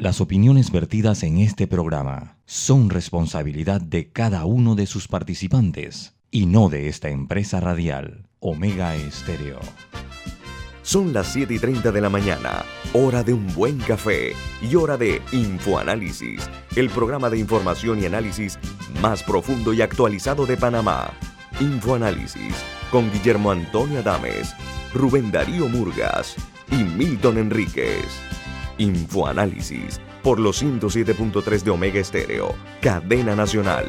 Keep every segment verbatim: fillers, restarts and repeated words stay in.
Las opiniones vertidas en este programa son responsabilidad de cada uno de sus participantes y no de esta empresa radial, Omega Estéreo. Son las siete y treinta de la mañana, hora de un buen café y hora de Infoanálisis, el programa de información y análisis más profundo y actualizado de Panamá. Infoanálisis con Guillermo Antonio Adames, Rubén Darío Murgas y Milton Enríquez. Infoanálisis por los ciento siete punto tres de Omega Estéreo, cadena nacional.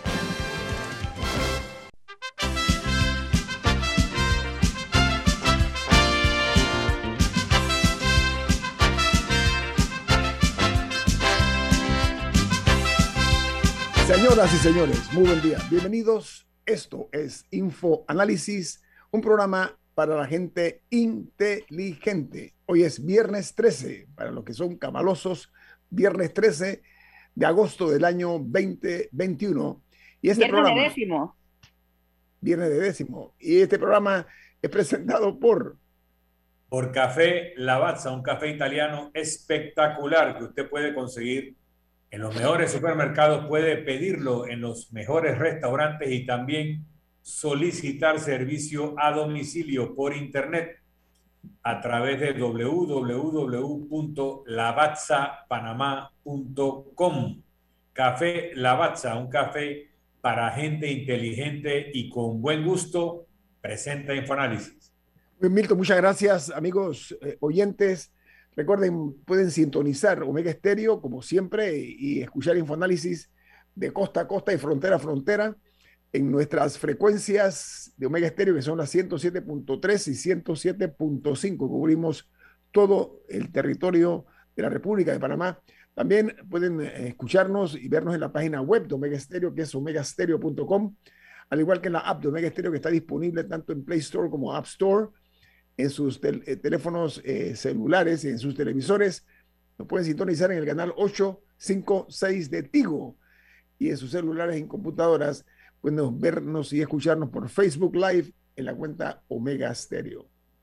Señoras y señores, muy buen día. Bienvenidos. Esto es Infoanálisis, un programa para la gente inteligente. Hoy es viernes trece, para los que son camalosos, viernes trece de agosto del año veinte veintiuno. Y este viernes programa, de décimo. Viernes de décimo. Y este programa es presentado por... Por Café Lavazza, un café italiano espectacular que usted puede conseguir en los mejores supermercados, puede pedirlo en los mejores restaurantes y también solicitar servicio a domicilio por internet a través de doble u doble u doble u punto lavazza panamá punto com. Café Lavazza, un café para gente inteligente y con buen gusto, presenta Infoanálisis. Milton, muchas gracias, amigos eh, oyentes. Recuerden, pueden sintonizar Omega Estéreo, como siempre, y, y escuchar Infoanálisis de costa a costa y frontera a frontera en nuestras frecuencias de Omega Estéreo, que son las ciento siete punto tres y ciento siete punto cinco. Cubrimos todo el territorio de la República de Panamá. También pueden escucharnos y vernos en la página web de Omega Estéreo, que es omega stereo punto com, al igual que en la app de Omega Estéreo, que está disponible tanto en Play Store como App Store, en sus tel eh, teléfonos eh, celulares y en sus televisores. Nos pueden sintonizar en el canal ochocientos cincuenta y seis de Tigo, y en sus celulares y en computadoras pueden vernos y escucharnos por Facebook Live en la cuenta Omega Stereo.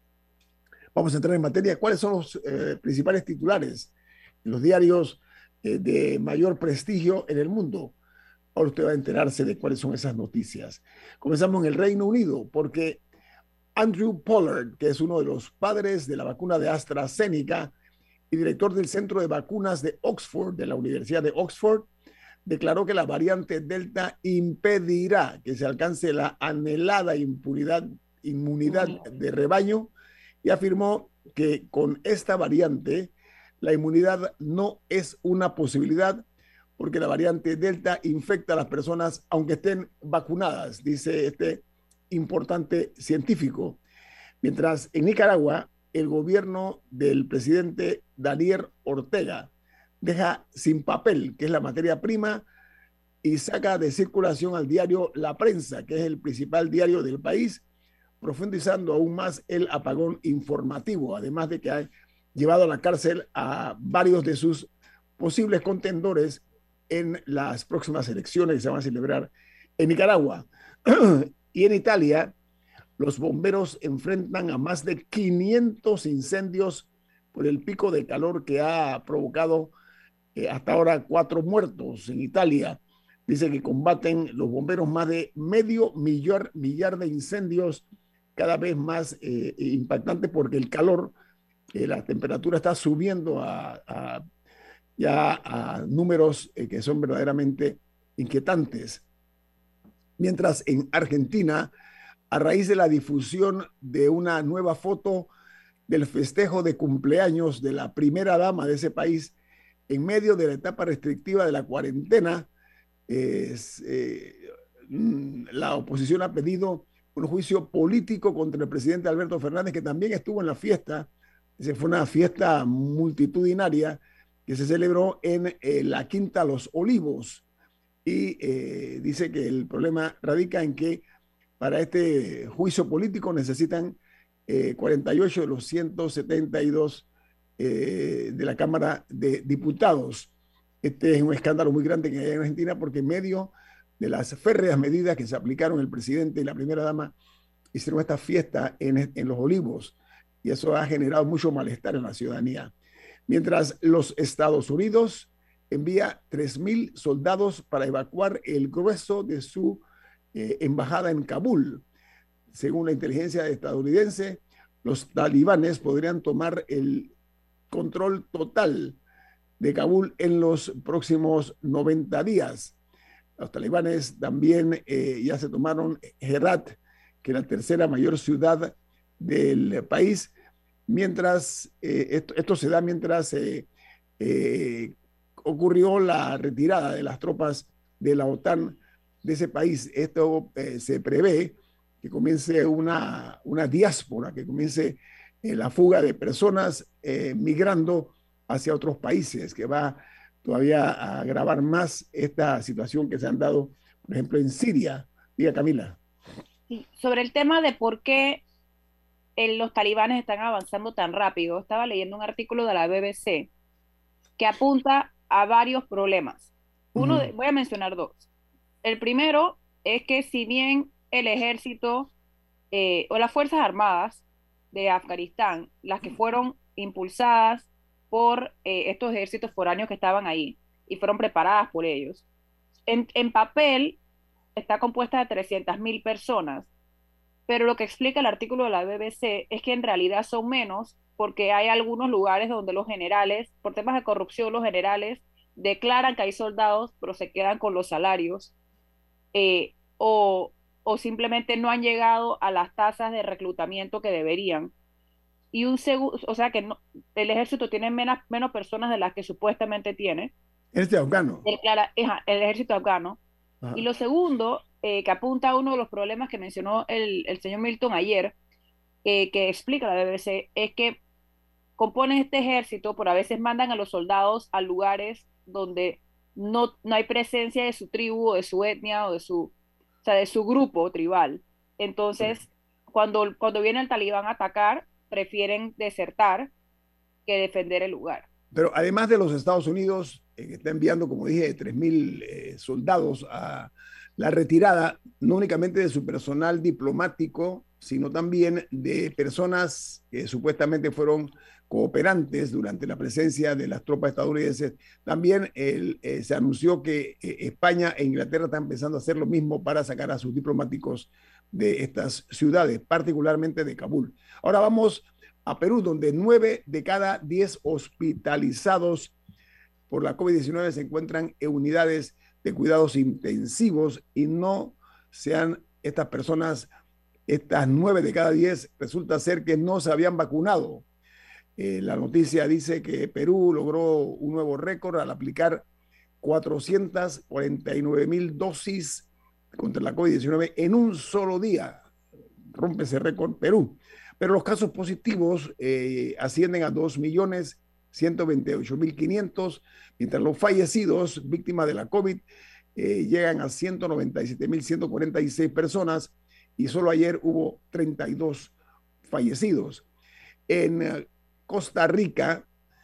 Vamos a entrar en materia. ¿Cuáles son los eh, principales titulares en los diarios eh, de mayor prestigio en el mundo? Ahora usted va a enterarse de cuáles son esas noticias. Comenzamos en el Reino Unido, porque Andrew Pollard, que es uno de los padres de la vacuna de AstraZeneca y director del Centro de Vacunas de Oxford, de la Universidad de Oxford, declaró que la variante Delta impedirá que se alcance la anhelada impunidad, inmunidad de rebaño, y afirmó que con esta variante la inmunidad no es una posibilidad porque la variante Delta infecta a las personas aunque estén vacunadas, dice este importante científico. Mientras en Nicaragua el gobierno del presidente Daniel Ortega deja sin papel, que es la materia prima, y saca de circulación al diario La Prensa, que es el principal diario del país, profundizando aún más el apagón informativo, además de que ha llevado a la cárcel a varios de sus posibles contendores en las próximas elecciones que se van a celebrar en Nicaragua. Y en Italia, los bomberos enfrentan a más de quinientos incendios por el pico de calor que ha provocado eh, hasta ahora cuatro muertos en Italia. Dice que combaten los bomberos más de medio millar, millar de incendios, cada vez más eh, impactante porque el calor, eh, la temperatura está subiendo a, a, ya a números eh, que son verdaderamente inquietantes. Mientras en Argentina, a raíz de la difusión de una nueva foto del festejo de cumpleaños de la primera dama de ese país, en medio de la etapa restrictiva de la cuarentena, es, eh, la oposición ha pedido un juicio político contra el presidente Alberto Fernández, que también estuvo en la fiesta. Esa fue una fiesta multitudinaria que se celebró en eh, la Quinta Los Olivos. Y eh, dice que el problema radica en que para este juicio político necesitan eh, cuarenta y ocho de los ciento setenta y dos eh, de la Cámara de Diputados. Este es un escándalo muy grande que hay en Argentina porque en medio de las férreas medidas que se aplicaron, el presidente y la primera dama hicieron esta fiesta en, en Los Olivos, y eso ha generado mucho malestar en la ciudadanía. mientras los Estados Unidos envía tres mil soldados para evacuar el grueso de su eh, embajada en Kabul. Según la inteligencia estadounidense, los talibanes podrían tomar el control total de Kabul en los próximos noventa días. Los talibanes también eh, ya se tomaron Herat, que es la tercera mayor ciudad del país, mientras eh, esto, esto se da mientras eh, eh, ocurrió la retirada de las tropas de la OTAN de ese país. Esto eh, se prevé que comience una, una diáspora, que comience eh, la fuga de personas eh, migrando hacia otros países, que va todavía a agravar más esta situación que se han dado, por ejemplo, en Siria. Diga, Camila. Sí, sobre el tema de por qué el, los talibanes están avanzando tan rápido, estaba leyendo un artículo de la B B C que apunta a varios problemas. Uno, de, voy a mencionar dos. El primero es que si bien el ejército eh, o las Fuerzas Armadas de Afganistán, las que fueron impulsadas por eh, estos ejércitos foráneos que estaban ahí y fueron preparadas por ellos, en, en papel está compuesta de trescientas mil personas, pero lo que explica el artículo de la B B C es que en realidad son menos porque hay algunos lugares donde los generales, por temas de corrupción, los generales declaran que hay soldados, pero se quedan con los salarios, eh, o, o simplemente no han llegado a las tasas de reclutamiento que deberían. Y un segundo, o sea que no, el ejército tiene menos, menos personas de las que supuestamente tiene. ¿Este afgano? Declara, el ejército afgano. Ajá. Y lo segundo, eh, que apunta a uno de los problemas que mencionó el, el señor Milton ayer, eh, que explica la B B C, es que componen este ejército, pero a veces mandan a los soldados a lugares donde no, no hay presencia de su tribu, o de su etnia, o de su, o sea, de su grupo tribal. Entonces, sí. cuando, cuando viene el talibán a atacar, prefieren desertar que defender el lugar. Pero además de los Estados Unidos, eh, que está enviando, como dije, tres mil eh, soldados a la retirada, no únicamente de su personal diplomático, sino también de personas que supuestamente fueron cooperantes durante la presencia de las tropas estadounidenses. También el, eh, se anunció que eh, España e Inglaterra están empezando a hacer lo mismo para sacar a sus diplomáticos de estas ciudades, particularmente de Kabul. Ahora vamos a Perú, donde nueve de cada diez hospitalizados por la COVID diecinueve se encuentran en unidades de cuidados intensivos y no sean estas personas, estas nueve de cada diez, resulta ser que no se habían vacunado. Eh, la noticia dice que Perú logró un nuevo récord al aplicar cuatrocientas cuarenta y nueve mil dosis contra la COVID diecinueve en un solo día. Rompe ese récord Perú. Pero los casos positivos eh, ascienden a dos millones ciento veintiocho mil quinientos, mientras los fallecidos víctimas de la COVID eh, llegan a ciento noventa y siete mil ciento cuarenta y seis personas y solo ayer hubo treinta y dos fallecidos. En eh, Costa Rica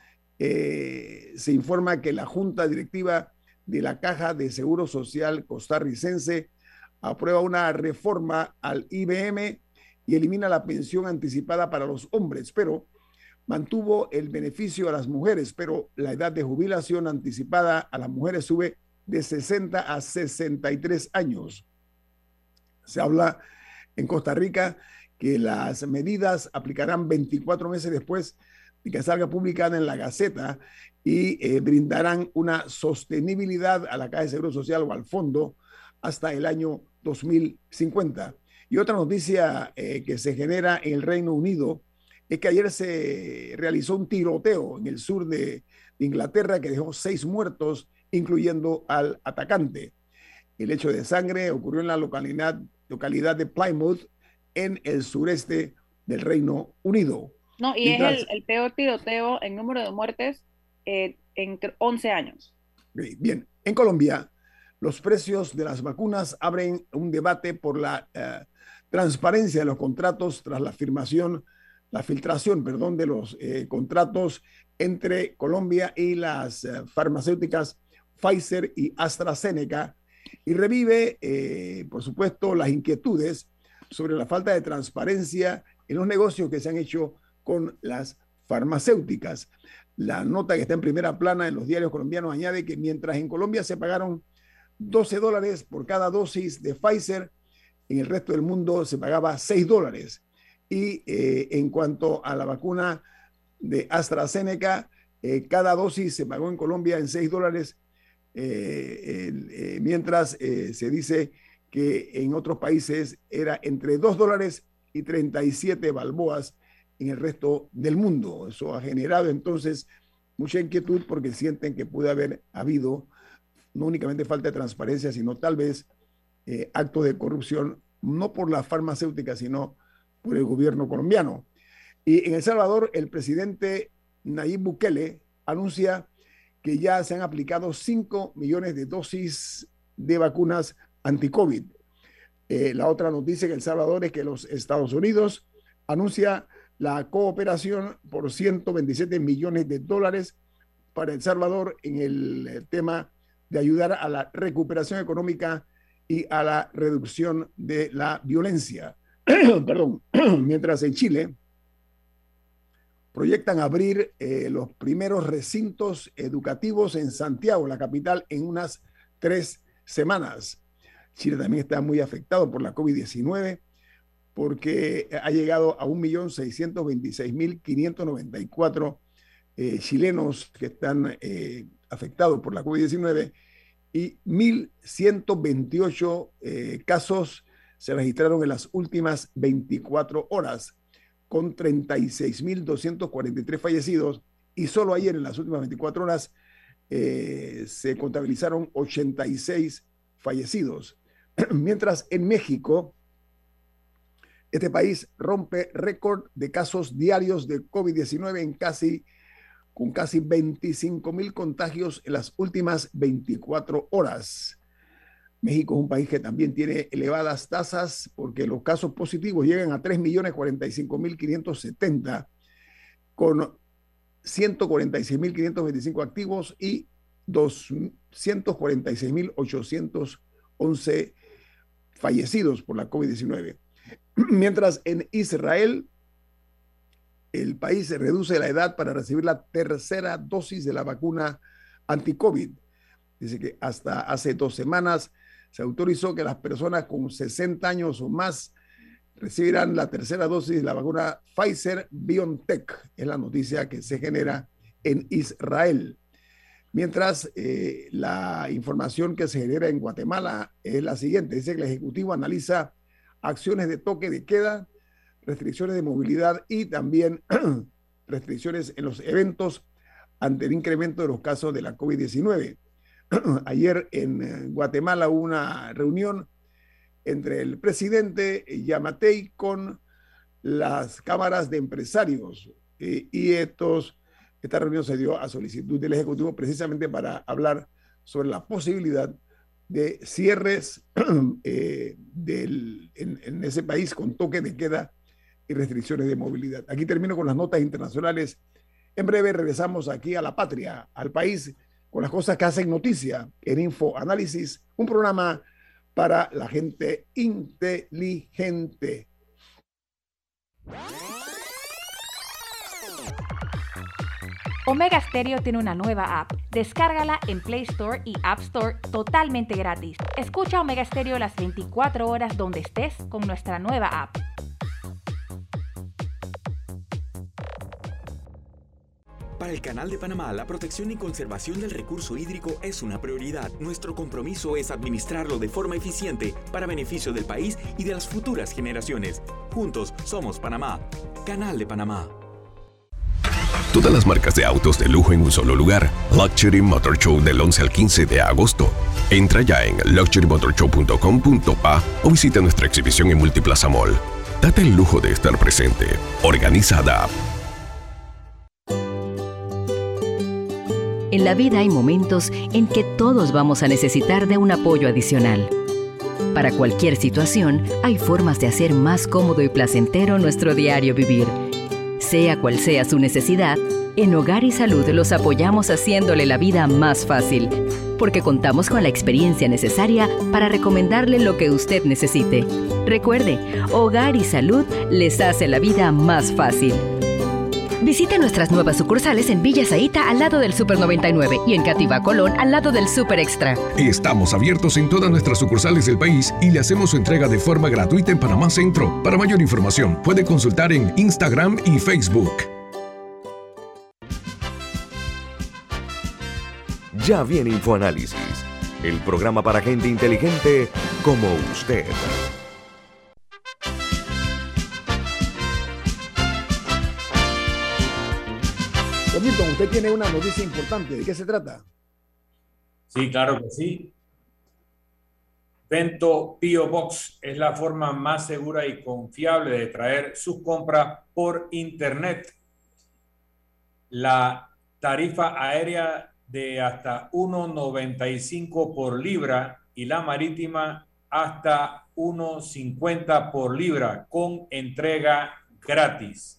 eh, se informa que la Junta Directiva de la Caja de Seguro Social costarricense aprueba una reforma al I B M y elimina la pensión anticipada para los hombres, pero mantuvo el beneficio a las mujeres, pero la edad de jubilación anticipada a las mujeres sube de sesenta a sesenta y tres años. Se habla en Costa Rica que las medidas aplicarán veinticuatro meses después de que salga publicada en la Gaceta y eh, brindarán una sostenibilidad a la Caja de Seguro Social o al fondo hasta el año dos mil cincuenta. Y otra noticia eh, que se genera en el Reino Unido es que ayer se realizó un tiroteo en el sur de, de Inglaterra que dejó seis muertos, incluyendo al atacante. El hecho de sangre ocurrió en la localidad, localidad de Plymouth, en el sureste del Reino Unido. No, y Mientras, es el, el peor tiroteo en número de muertes eh, en once años. Bien, en Colombia, los precios de las vacunas abren un debate por la uh, transparencia de los contratos tras la afirmación, la filtración, perdón, de los eh, contratos entre Colombia y las uh, farmacéuticas Pfizer y AstraZeneca, y revive, eh, por supuesto, las inquietudes sobre la falta de transparencia en los negocios que se han hecho con las farmacéuticas. La nota que está en primera plana en los diarios colombianos añade que mientras en Colombia se pagaron doce dólares por cada dosis de Pfizer, en el resto del mundo se pagaba seis dólares. Y eh, en cuanto a la vacuna de AstraZeneca, eh, cada dosis se pagó en Colombia en seis dólares, eh, eh, mientras eh, se dice que en otros países era entre dos dólares y treinta y siete balboas en el resto del mundo. Eso ha generado entonces mucha inquietud porque sienten que puede haber habido no únicamente falta de transparencia, sino tal vez eh, actos de corrupción, no por la farmacéutica, sino por el gobierno colombiano. Y en El Salvador, el presidente Nayib Bukele anuncia que ya se han aplicado cinco millones de dosis de vacunas anti-COVID. Eh, la otra noticia en El Salvador es que los Estados Unidos anuncia la cooperación por ciento veintisiete millones de dólares para El Salvador en el, el tema de ayudar a la recuperación económica y a la reducción de la violencia. Perdón. Mientras en Chile proyectan abrir eh, los primeros recintos educativos en Santiago, la capital, en unas tres semanas. Chile también está muy afectado por la COVID diecinueve porque ha llegado a un millón seiscientos veintiséis mil quinientos noventa y cuatro eh, chilenos que están eh, afectados por la COVID diecinueve y mil ciento veintiocho eh, casos se registraron en las últimas veinticuatro horas, con treinta y seis mil doscientos cuarenta y tres fallecidos, y solo ayer en las últimas veinticuatro horas eh, se contabilizaron ochenta y seis fallecidos. Mientras en México, este país rompe récord de casos diarios de COVID diecinueve en casi, con casi veinticinco mil contagios en las últimas veinticuatro horas. México es un país que también tiene elevadas tasas porque los casos positivos llegan a tres millones cuarenta y cinco mil quinientos setenta, con ciento cuarenta y seis mil quinientos veinticinco activos y doscientos cuarenta y seis mil ochocientos once fallecidos por la COVID diecinueve. Mientras en Israel, el país se reduce la edad para recibir la tercera dosis de la vacuna anti-COVID. Dice que hasta hace dos semanas se autorizó que las personas con sesenta años o más recibirán la tercera dosis de la vacuna Pfizer-BioNTech. Es la noticia que se genera en Israel. Mientras eh, la información que se genera en Guatemala es la siguiente. Dice que el Ejecutivo analiza acciones de toque de queda, restricciones de movilidad y también restricciones en los eventos ante el incremento de los casos de la COVID diecinueve. Ayer en Guatemala hubo una reunión entre el presidente Yamatei con las cámaras de empresarios eh, y estos, esta reunión se dio a solicitud del Ejecutivo precisamente para hablar sobre la posibilidad de cierres eh, del, en, en ese país con toque de queda y restricciones de movilidad. Aquí termino con las notas internacionales. En breve regresamos aquí a la patria, al país, con las cosas que hacen noticia en InfoAnálisis, un programa para la gente inteligente. Omega Stereo tiene una nueva app. Descárgala en Play Store y App Store totalmente gratis. Escucha Omega Stereo las veinticuatro horas donde estés con nuestra nueva app. Para el Canal de Panamá, la protección y conservación del recurso hídrico es una prioridad. Nuestro compromiso es administrarlo de forma eficiente para beneficio del país y de las futuras generaciones. Juntos somos Panamá. Canal de Panamá. Todas las marcas de autos de lujo en un solo lugar. Luxury Motor Show del once al quince de agosto. Entra ya en luxury motor show punto com punto pa o visita nuestra exhibición en Multiplaza Mall. Date el lujo de estar presente. Organiza D A P. En la vida hay momentos en que todos vamos a necesitar de un apoyo adicional. Para cualquier situación, hay formas de hacer más cómodo y placentero nuestro diario vivir. Sea cual sea su necesidad, en Hogar y Salud los apoyamos haciéndole la vida más fácil, porque contamos con la experiencia necesaria para recomendarle lo que usted necesite. Recuerde, Hogar y Salud les hace la vida más fácil. Visite nuestras nuevas sucursales en Villa Zaita al lado del Super noventa y nueve y en Cativa Colón al lado del Super Extra. Estamos abiertos en todas nuestras sucursales del país y le hacemos su entrega de forma gratuita en Panamá Centro. Para mayor información, puede consultar en Instagram y Facebook. Ya viene InfoAnálisis, el programa para gente inteligente como usted. Don Milton, usted tiene una noticia importante. ¿De qué se trata? Sí, claro que sí. Bento P O Box es la forma más segura y confiable de traer sus compras por Internet. La tarifa aérea de hasta uno noventa y cinco por libra y la marítima hasta uno cincuenta por libra con entrega gratis.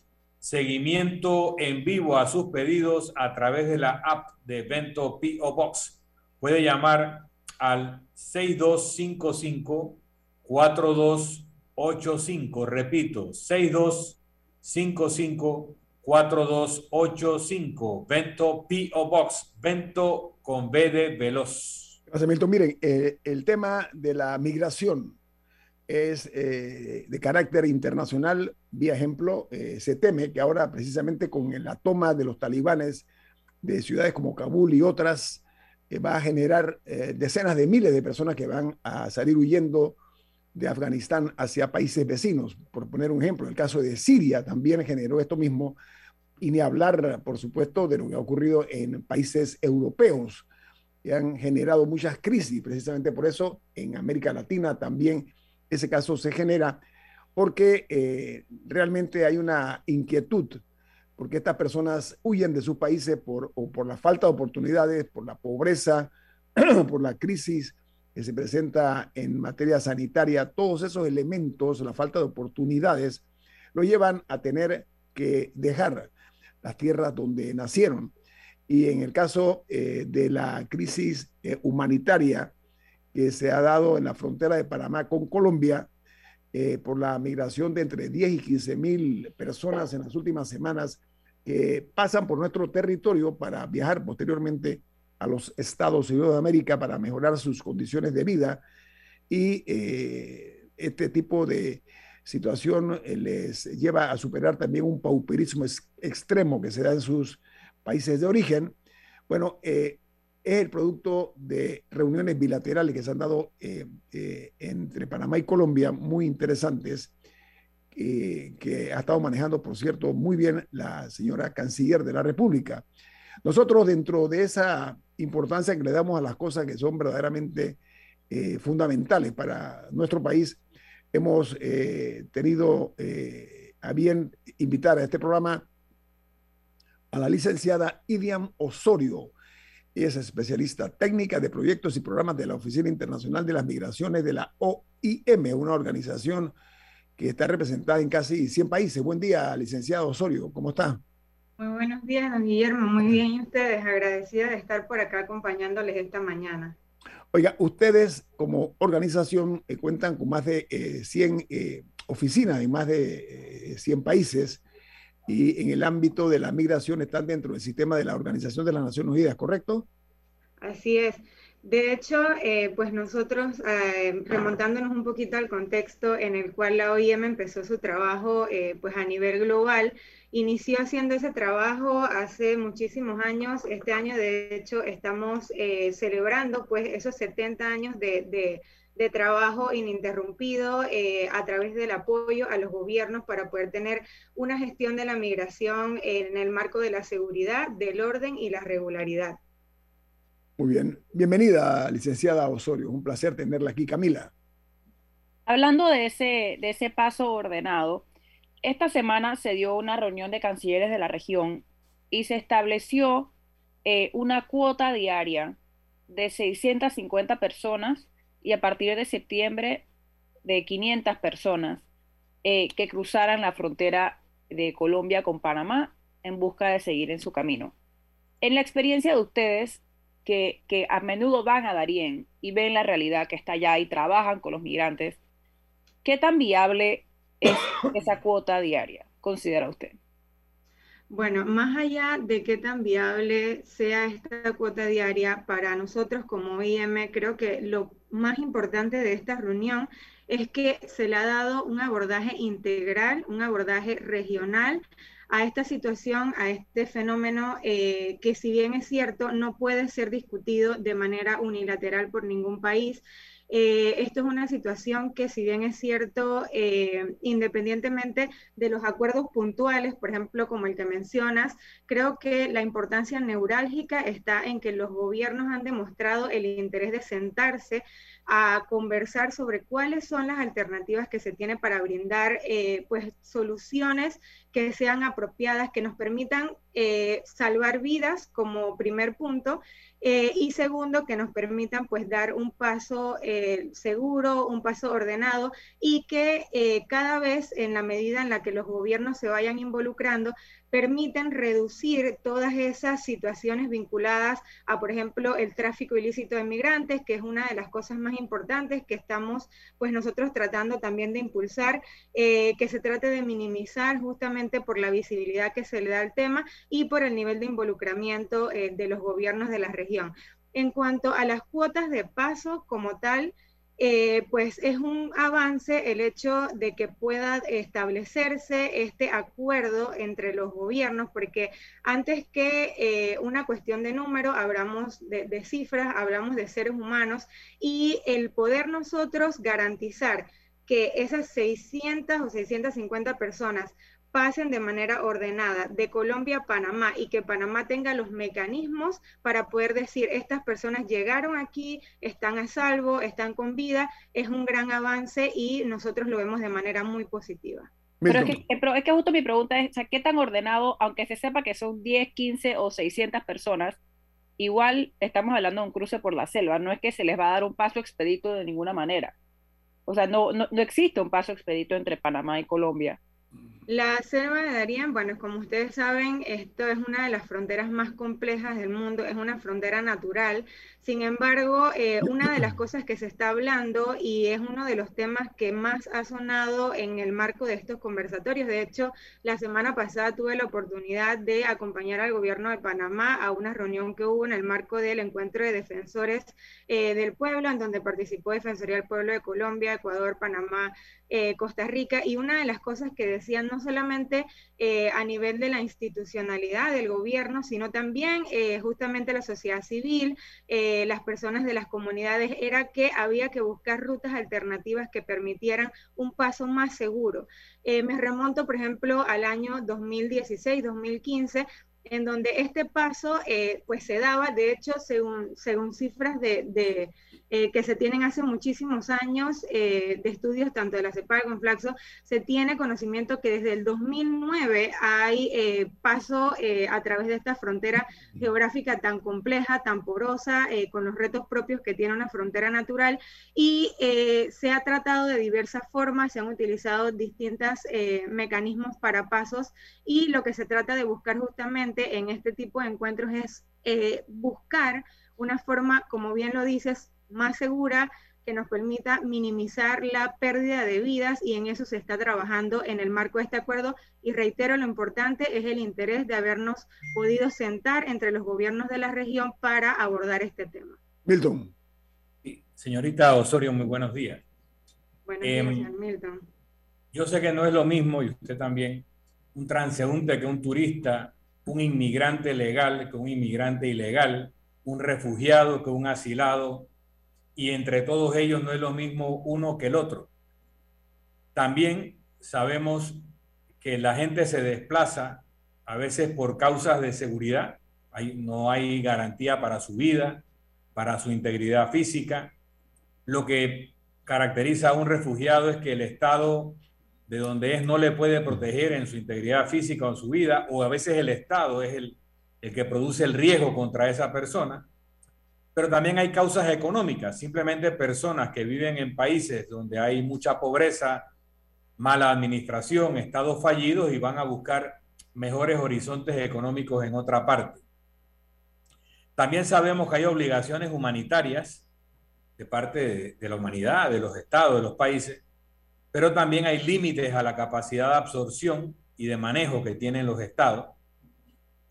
Seguimiento en vivo a sus pedidos a través de la app de Bento P O Box. Puede llamar al seis dos cinco cinco, cuatro dos ocho cinco. Repito, seis dos cinco cinco, cuatro dos ocho cinco. Bento P O Box. Bento con B de veloz. Gracias, Milton. Miren, eh, el tema de la migración es eh, de carácter internacional. Vía ejemplo, eh, se teme que ahora precisamente con la toma de los talibanes de ciudades como Kabul y otras, eh, va a generar eh, decenas de miles de personas que van a salir huyendo de Afganistán hacia países vecinos. Por poner un ejemplo, el caso de Siria también generó esto mismo, y ni hablar, por supuesto, de lo que ha ocurrido en países europeos, que han generado muchas crisis. Precisamente por eso en América Latina también ese caso se genera, porque eh, realmente hay una inquietud, porque estas personas huyen de sus países por, o por la falta de oportunidades, por la pobreza, por la crisis que se presenta en materia sanitaria. Todos esos elementos, la falta de oportunidades, lo llevan a tener que dejar las tierras donde nacieron. Y en el caso eh, de la crisis eh, humanitaria que se ha dado en la frontera de Panamá con Colombia, eh, por la migración de entre diez y quince mil personas en las últimas semanas que pasan por nuestro territorio para viajar posteriormente a los Estados Unidos de América para mejorar sus condiciones de vida. Y eh, este tipo de situación eh, les lleva a superar también un pauperismo ex extremo que se da en sus países de origen. Bueno, eh, es el producto de reuniones bilaterales que se han dado eh, eh, entre Panamá y Colombia, muy interesantes, eh, que ha estado manejando, por cierto, muy bien la señora canciller de la República. Nosotros, dentro de esa importancia que le damos a las cosas que son verdaderamente eh, fundamentales para nuestro país, hemos eh, tenido eh, a bien invitar a este programa a la licenciada Idiam Osorio. Ella es especialista técnica de proyectos y programas de la Oficina Internacional de las Migraciones de la O I M, una organización que está representada en casi cien países. Buen día, licenciada Osorio, ¿cómo está? Muy buenos días, don Guillermo. Muy bien, y ustedes, agradecida de estar por acá acompañándoles esta mañana. Oiga, ustedes como organización eh, cuentan con más de eh, cien eh, oficinas en más de eh, cien países, y en el ámbito de la migración están dentro del sistema de la Organización de las Naciones Unidas, ¿correcto? Así es. De hecho, eh, pues nosotros, eh, remontándonos un poquito al contexto en el cual la O I M empezó su trabajo eh, pues a nivel global, inició haciendo ese trabajo hace muchísimos años. Este año, de hecho, estamos eh, celebrando pues esos setenta años de, de, de trabajo ininterrumpido eh, a través del apoyo a los gobiernos para poder tener una gestión de la migración en el marco de la seguridad, del orden y la regularidad. Muy bien. Bienvenida, licenciada Osorio. Un placer tenerla aquí. Camila. Hablando de ese, de ese paso ordenado, esta semana se dio una reunión de cancilleres de la región y se estableció eh, una cuota diaria de seiscientas cincuenta personas y a partir de septiembre de quinientas personas eh, que cruzaran la frontera de Colombia con Panamá en busca de seguir en su camino. En la experiencia de ustedes, que, que a menudo van a Darién y ven la realidad que está allá y trabajan con los migrantes, ¿qué tan viable es esa cuota diaria, considera usted? Bueno, más allá de qué tan viable sea esta cuota diaria para nosotros como O I M, creo que lo más importante de esta reunión es que se le ha dado un abordaje integral, un abordaje regional a esta situación, a este fenómeno eh, que, si bien es cierto, no puede ser discutido de manera unilateral por ningún país. Eh, esto es una situación que, si bien es cierto, eh, independientemente de los acuerdos puntuales, por ejemplo, como el que mencionas, creo que la importancia neurálgica está en que los gobiernos han demostrado el interés de sentarse a conversar sobre cuáles son las alternativas que se tiene para brindar eh, pues, soluciones que sean apropiadas, que nos permitan eh, salvar vidas como primer punto, eh, y segundo, que nos permitan pues dar un paso eh, seguro, un paso ordenado, y que eh, cada vez, en la medida en la que los gobiernos se vayan involucrando, permiten reducir todas esas situaciones vinculadas a, por ejemplo, el tráfico ilícito de migrantes, que es una de las cosas más importantes que estamos pues nosotros tratando también de impulsar, eh, que se trate de minimizar justamente por la visibilidad que se le da al tema y por el nivel de involucramiento eh, de los gobiernos de la región. En cuanto a las cuotas de paso como tal, Eh, pues es un avance el hecho de que pueda establecerse este acuerdo entre los gobiernos, porque antes que eh, una cuestión de número, hablamos de, de cifras, hablamos de seres humanos, y el poder nosotros garantizar que esas seiscientas o seiscientas cincuenta personas pasen de manera ordenada de Colombia a Panamá y que Panamá tenga los mecanismos para poder decir, estas personas llegaron aquí, están a salvo, están con vida, es un gran avance y nosotros lo vemos de manera muy positiva. Pero es, que, pero es que justo mi pregunta es, o sea, ¿qué tan ordenado, aunque se sepa que son diez, quince o seiscientas personas, igual estamos hablando de un cruce por la selva, no es que se les va a dar un paso expedito de ninguna manera? O sea, no, no, no existe un paso expedito entre Panamá y Colombia. La selva de Darién, bueno, como ustedes saben, esto es una de las fronteras más complejas del mundo, es una frontera natural. Sin embargo, eh, una de las cosas que se está hablando, y es uno de los temas que más ha sonado en el marco de estos conversatorios, de hecho, la semana pasada tuve la oportunidad de acompañar al gobierno de Panamá a una reunión que hubo en el marco del encuentro de defensores eh, del pueblo, en donde participó Defensoría del Pueblo de Colombia, Ecuador, Panamá, eh, Costa Rica, y una de las cosas que decían, no solamente eh, a nivel de la institucionalidad del gobierno, sino también eh, justamente la sociedad civil, eh, las personas de las comunidades, era que había que buscar rutas alternativas que permitieran un paso más seguro. Eh, me remonto, por ejemplo, al año dos mil dieciséis, dos mil quince, en donde este paso eh, pues se daba, de hecho, según, según cifras de, de eh, que se tienen hace muchísimos años eh, de estudios tanto de la CEPAL como Flaxo, se tiene conocimiento que desde el dos mil nueve hay eh, paso eh, a través de esta frontera geográfica tan compleja, tan porosa, eh, con los retos propios que tiene una frontera natural, y eh, se ha tratado de diversas formas, se han utilizado distintos eh, mecanismos para pasos, y lo que se trata de buscar justamente en este tipo de encuentros es eh, buscar una forma, como bien lo dices, más segura, que nos permita minimizar la pérdida de vidas, y en eso se está trabajando en el marco de este acuerdo, y reitero, lo importante es el interés de habernos podido sentar entre los gobiernos de la región para abordar este tema. Milton. Sí, señorita Osorio, muy buenos días. Buenos eh, días, señor Milton. Yo sé que no es lo mismo, y usted también, un transeúnte que un turista, un inmigrante legal que un inmigrante ilegal, un refugiado que un asilado, y entre todos ellos no es lo mismo uno que el otro. También sabemos que la gente se desplaza a veces por causas de seguridad, hay, no hay garantía para su vida, para su integridad física. Lo que caracteriza a un refugiado es que el Estado de donde es no le puede proteger en su integridad física o en su vida, o a veces el Estado es el, el que produce el riesgo contra esa persona. Pero también hay causas económicas, simplemente personas que viven en países donde hay mucha pobreza, mala administración, estados fallidos, y van a buscar mejores horizontes económicos en otra parte. También sabemos que hay obligaciones humanitarias de parte de, de la humanidad, de los estados, de los países, pero también hay límites a la capacidad de absorción y de manejo que tienen los estados.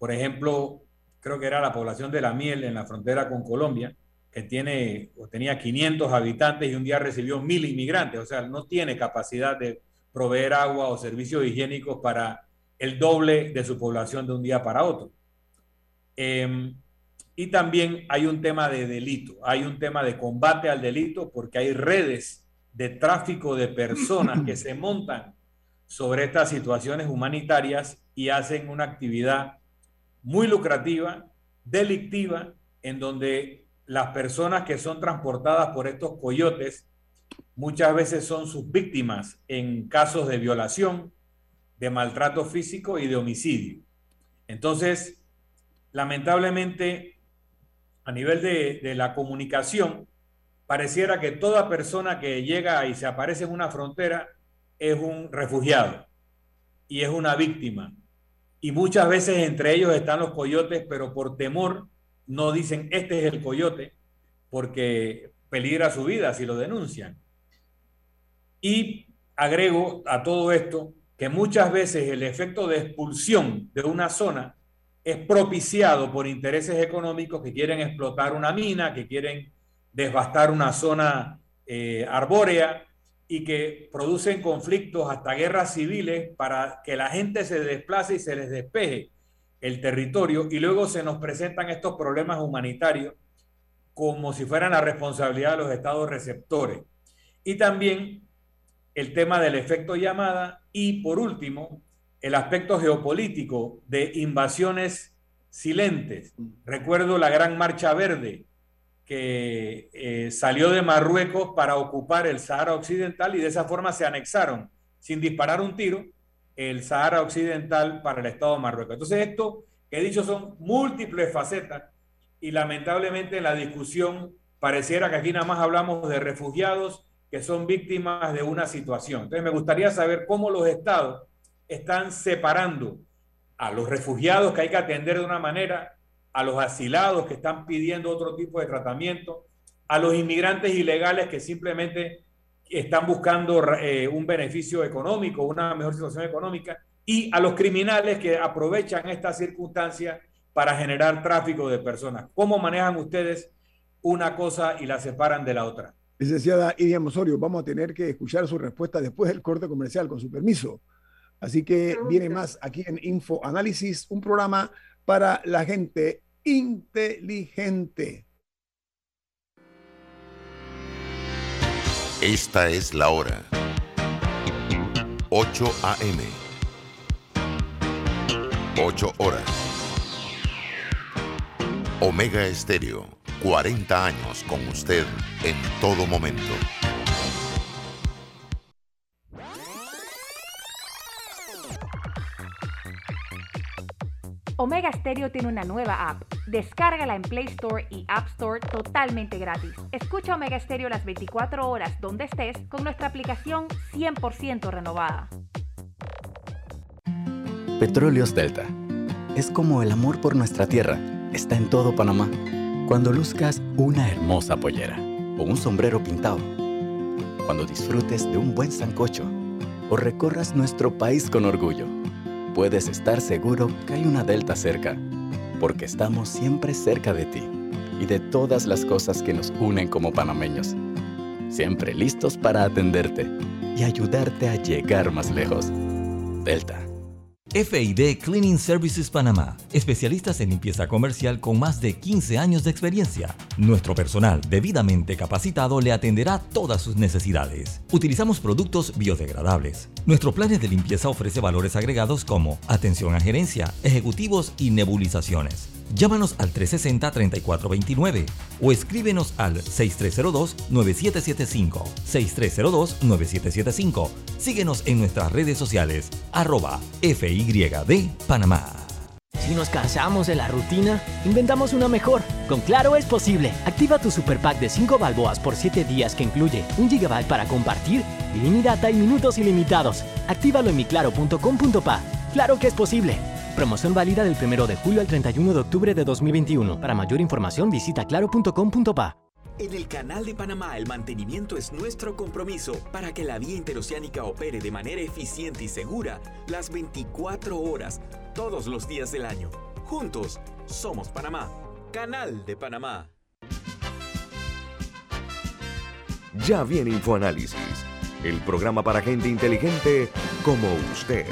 por ejemplo, creo que era la población de La Miel en la frontera con Colombia, que tiene o tenía quinientos habitantes y un día recibió mil inmigrantes, o sea, no tiene capacidad de proveer agua o servicios higiénicos para el doble de su población de un día para otro. Eh, y también hay un tema de delito, hay un tema de combate al delito, porque hay redes de tráfico de personas que se montan sobre estas situaciones humanitarias y hacen una actividad muy lucrativa, delictiva, en donde las personas que son transportadas por estos coyotes muchas veces son sus víctimas en casos de violación, de maltrato físico y de homicidio. Entonces, lamentablemente, a nivel de, de la comunicación, pareciera que toda persona que llega y se aparece en una frontera es un refugiado y es una víctima. Y muchas veces entre ellos están los coyotes, pero por temor no dicen este es el coyote, porque peligra su vida si lo denuncian. Y agrego a todo esto que muchas veces el efecto de expulsión de una zona es propiciado por intereses económicos que quieren explotar una mina, que quieren devastar una zona eh, arbórea y que producen conflictos hasta guerras civiles para que la gente se desplace y se les despeje el territorio, y luego se nos presentan estos problemas humanitarios como si fueran la responsabilidad de los estados receptores. Y también el tema del efecto llamada y, por último, el aspecto geopolítico de invasiones silentes. Recuerdo la Gran Marcha Verde que eh, salió de Marruecos para ocupar el Sahara Occidental y de esa forma se anexaron, sin disparar un tiro, el Sahara Occidental para el Estado de Marruecos. Entonces esto que he dicho son múltiples facetas y lamentablemente en la discusión pareciera que aquí nada más hablamos de refugiados que son víctimas de una situación. Entonces me gustaría saber cómo los estados están separando a los refugiados que hay que atender de una manera, a los asilados que están pidiendo otro tipo de tratamiento, a los inmigrantes ilegales que simplemente están buscando eh, un beneficio económico, una mejor situación económica, y a los criminales que aprovechan esta circunstancia para generar tráfico de personas. ¿Cómo manejan ustedes una cosa y la separan de la otra? Licenciada Iriam Osorio, vamos a tener que escuchar su respuesta después del corte comercial, con su permiso. Así que viene más aquí en Info Análisis, un programa para la gente inteligente. Esta es la hora. ocho a eme ocho horas. Omega Estéreo, cuarenta años con usted en todo momento. Omega Stereo tiene una nueva app. Descárgala en Play Store y App Store totalmente gratis. Escucha Omega Stereo las veinticuatro horas donde estés con nuestra aplicación cien por ciento renovada. Petróleos Delta. Es como el amor por nuestra tierra. Está en todo Panamá. Cuando luzcas una hermosa pollera o un sombrero pintado. Cuando disfrutes de un buen sancocho o recorras nuestro país con orgullo. Puedes estar seguro que hay una Delta cerca, porque estamos siempre cerca de ti y de todas las cosas que nos unen como panameños. Siempre listos para atenderte y ayudarte a llegar más lejos. Delta. F I D Cleaning Services Panamá, especialistas en limpieza comercial con más de quince años de experiencia. Nuestro personal debidamente capacitado le atenderá todas sus necesidades. Utilizamos productos biodegradables. Nuestro plan de limpieza ofrece valores agregados como atención a gerencia, ejecutivos y nebulizaciones. Llámanos al tres sesenta, treinta y cuatro veintinueve o escríbenos al seis tres cero dos, nueve siete siete cinco, seis tres cero dos, nueve siete siete cinco. Síguenos en nuestras redes sociales, arroba F Y D Panamá. Si nos cansamos de la rutina, inventamos una mejor. Con Claro es posible. Activa tu super pack de cinco balboas por siete días que incluye un gigabyte para compartir, ilimitada y minutos ilimitados. Actívalo en mi claro punto com punto pa. Claro que es posible. Promoción válida del primero de julio al treinta y uno de octubre de dos mil veintiuno. Para mayor información visita claro punto com punto pa. En el Canal de Panamá, el mantenimiento es nuestro compromiso para que la vía interoceánica opere de manera eficiente y segura las veinticuatro horas, todos los días del año. Juntos, somos Panamá. Canal de Panamá. Ya viene InfoAnálisis, el programa para gente inteligente como usted.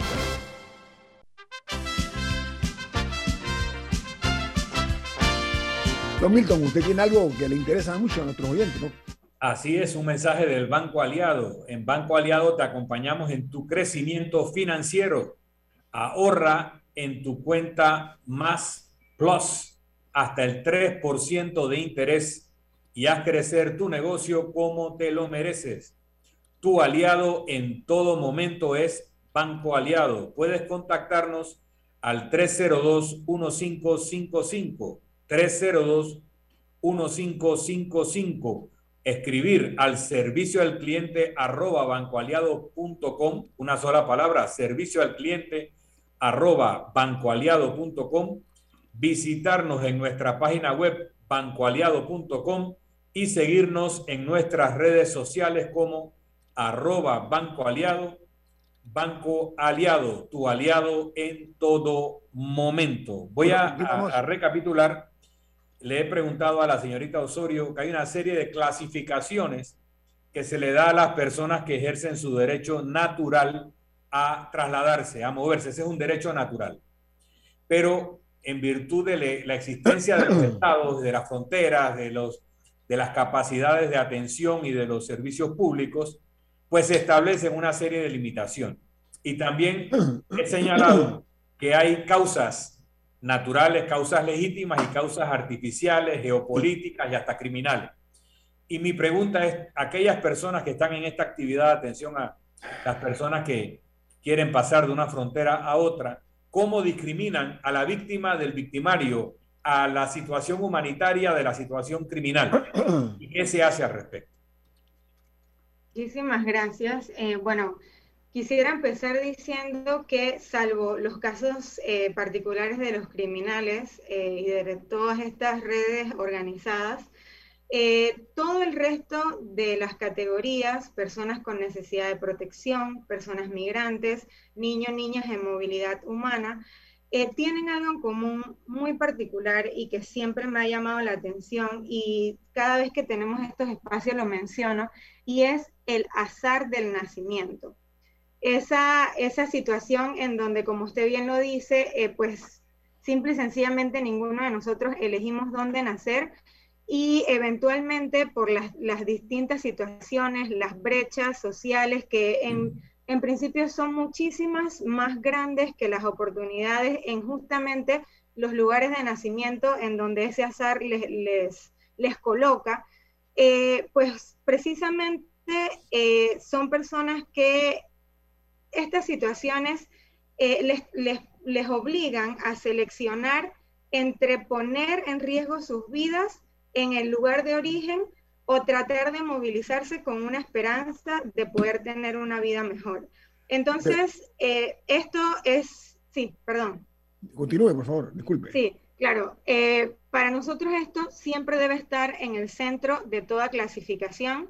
Don Milton, usted tiene algo que le interesa mucho a nuestros oyentes, ¿no? Así es, un mensaje del Banco Aliado. En Banco Aliado te acompañamos en tu crecimiento financiero. Ahorra en tu cuenta Más Plus hasta el tres por ciento de interés y haz crecer tu negocio como te lo mereces. Tu aliado en todo momento es Banco Aliado. Puedes contactarnos al tres cero dos, uno cinco cinco cinco, tres cero dos, uno cinco cinco cinco. Escribir al servicio al cliente arroba bancoaliado punto com, una sola palabra, servicio al cliente arroba bancoaliado punto com, visitarnos en nuestra página web bancoaliado punto com y seguirnos en nuestras redes sociales como arroba bancoaliado, Banco Aliado, tu aliado en todo momento. Voy a, a, a recapitular. Le he preguntado a la señorita Osorio que hay una serie de clasificaciones que se le da a las personas que ejercen su derecho natural a trasladarse, a moverse. Ese es un derecho natural. Pero en virtud de le, la existencia de los estados, de las fronteras, de, los, de las capacidades de atención y de los servicios públicos, pues se establecen una serie de limitaciones. Y también he señalado que hay causas naturales, causas legítimas y causas artificiales, geopolíticas y hasta criminales. Y mi pregunta es, aquellas personas que están en esta actividad, atención a las personas que quieren pasar de una frontera a otra, ¿cómo discriminan a la víctima del victimario, a la situación humanitaria de la situación criminal? ¿Y qué se hace al respecto? Muchísimas gracias. Eh, bueno, quisiera empezar diciendo que, salvo los casos eh, particulares de los criminales eh, y de todas estas redes organizadas, eh, todo el resto de las categorías, personas con necesidad de protección, personas migrantes, niños, niñas en movilidad humana, eh, tienen algo en común muy particular y que siempre me ha llamado la atención, y cada vez que tenemos estos espacios lo menciono, y es el azar del nacimiento. Esa, esa situación en donde, como usted bien lo dice, eh, pues simple y sencillamente ninguno de nosotros elegimos dónde nacer, y eventualmente por las, las distintas situaciones, las brechas sociales que en, en principio son muchísimas más grandes que las oportunidades en justamente los lugares de nacimiento en donde ese azar les, les, les coloca, eh, pues precisamente eh, son personas que estas situaciones eh, les, les, les obligan a seleccionar entre poner en riesgo sus vidas en el lugar de origen o tratar de movilizarse con una esperanza de poder tener una vida mejor. Entonces, eh, esto es... Sí, perdón. Continúe, por favor, disculpe. Sí, claro. Eh, para nosotros esto siempre debe estar en el centro de toda clasificación.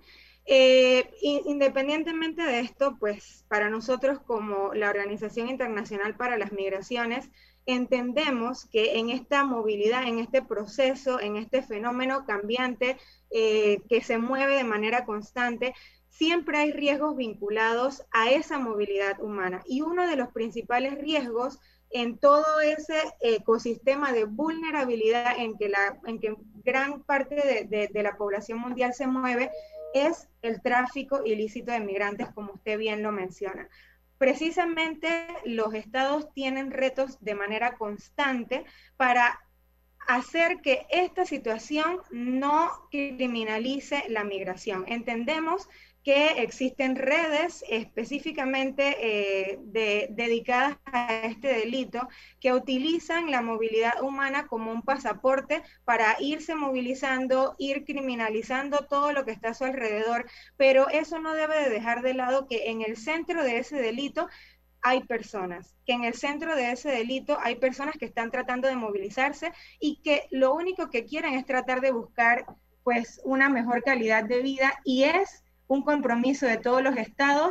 Eh, independientemente de esto, pues para nosotros como la Organización Internacional para las Migraciones, entendemos que en esta movilidad, en este proceso, en este fenómeno cambiante eh, que se mueve de manera constante, siempre hay riesgos vinculados a esa movilidad humana. Y uno de los principales riesgos en todo ese ecosistema de vulnerabilidad en que, la, en que gran parte de, de, de la población mundial se mueve es el tráfico ilícito de migrantes, como usted bien lo menciona. Precisamente los estados tienen retos de manera constante para hacer que esta situación no criminalice la migración. Entendemos que existen redes específicamente eh, de, dedicadas a este delito que utilizan la movilidad humana como un pasaporte para irse movilizando, ir criminalizando todo lo que está a su alrededor, pero eso no debe de dejar de lado que en el centro de ese delito hay personas, que en el centro de ese delito hay personas que están tratando de movilizarse y que lo único que quieren es tratar de buscar pues una mejor calidad de vida, y es un compromiso de todos los estados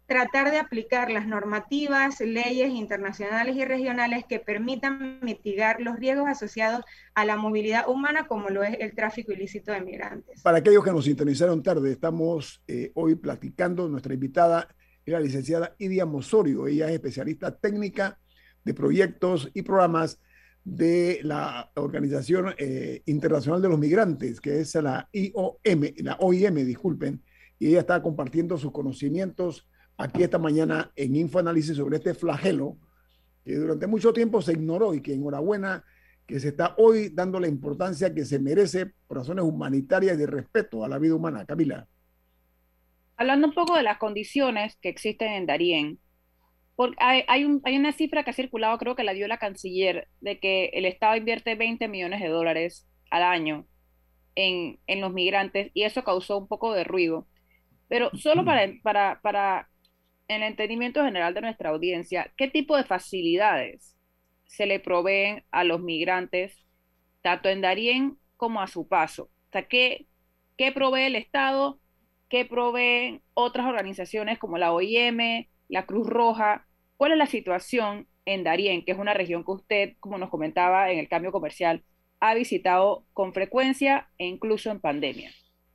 tratar de aplicar las normativas, leyes internacionales y regionales que permitan mitigar los riesgos asociados a la movilidad humana, como lo es el tráfico ilícito de migrantes. Para aquellos que nos sintonizaron tarde, estamos eh, hoy platicando, nuestra invitada es la licenciada Idia Mosorio. Ella es especialista técnica de proyectos y programas de la Organización eh, Internacional de los Migrantes, que es la I O M, la O I M, disculpen, y ella está compartiendo sus conocimientos aquí esta mañana en Infoanálisis sobre este flagelo que durante mucho tiempo se ignoró y que enhorabuena que se está hoy dando la importancia que se merece por razones humanitarias y de respeto a la vida humana. Camila. Hablando un poco de las condiciones que existen en Darién, porque hay, hay, un, hay una cifra que ha circulado, creo que la dio la canciller, de que el Estado invierte veinte millones de dólares al año en, en los migrantes, y eso causó un poco de ruido. Pero solo para, para, para el entendimiento general de nuestra audiencia, ¿qué tipo de facilidades se le proveen a los migrantes, tanto en Darién como a su paso? O sea, ¿qué, qué provee el Estado? ¿Qué proveen otras organizaciones como la O I M, la Cruz Roja? ¿Cuál es la situación en Darién, que es una región que usted, como nos comentaba en el cambio comercial, ha visitado con frecuencia e incluso en pandemia?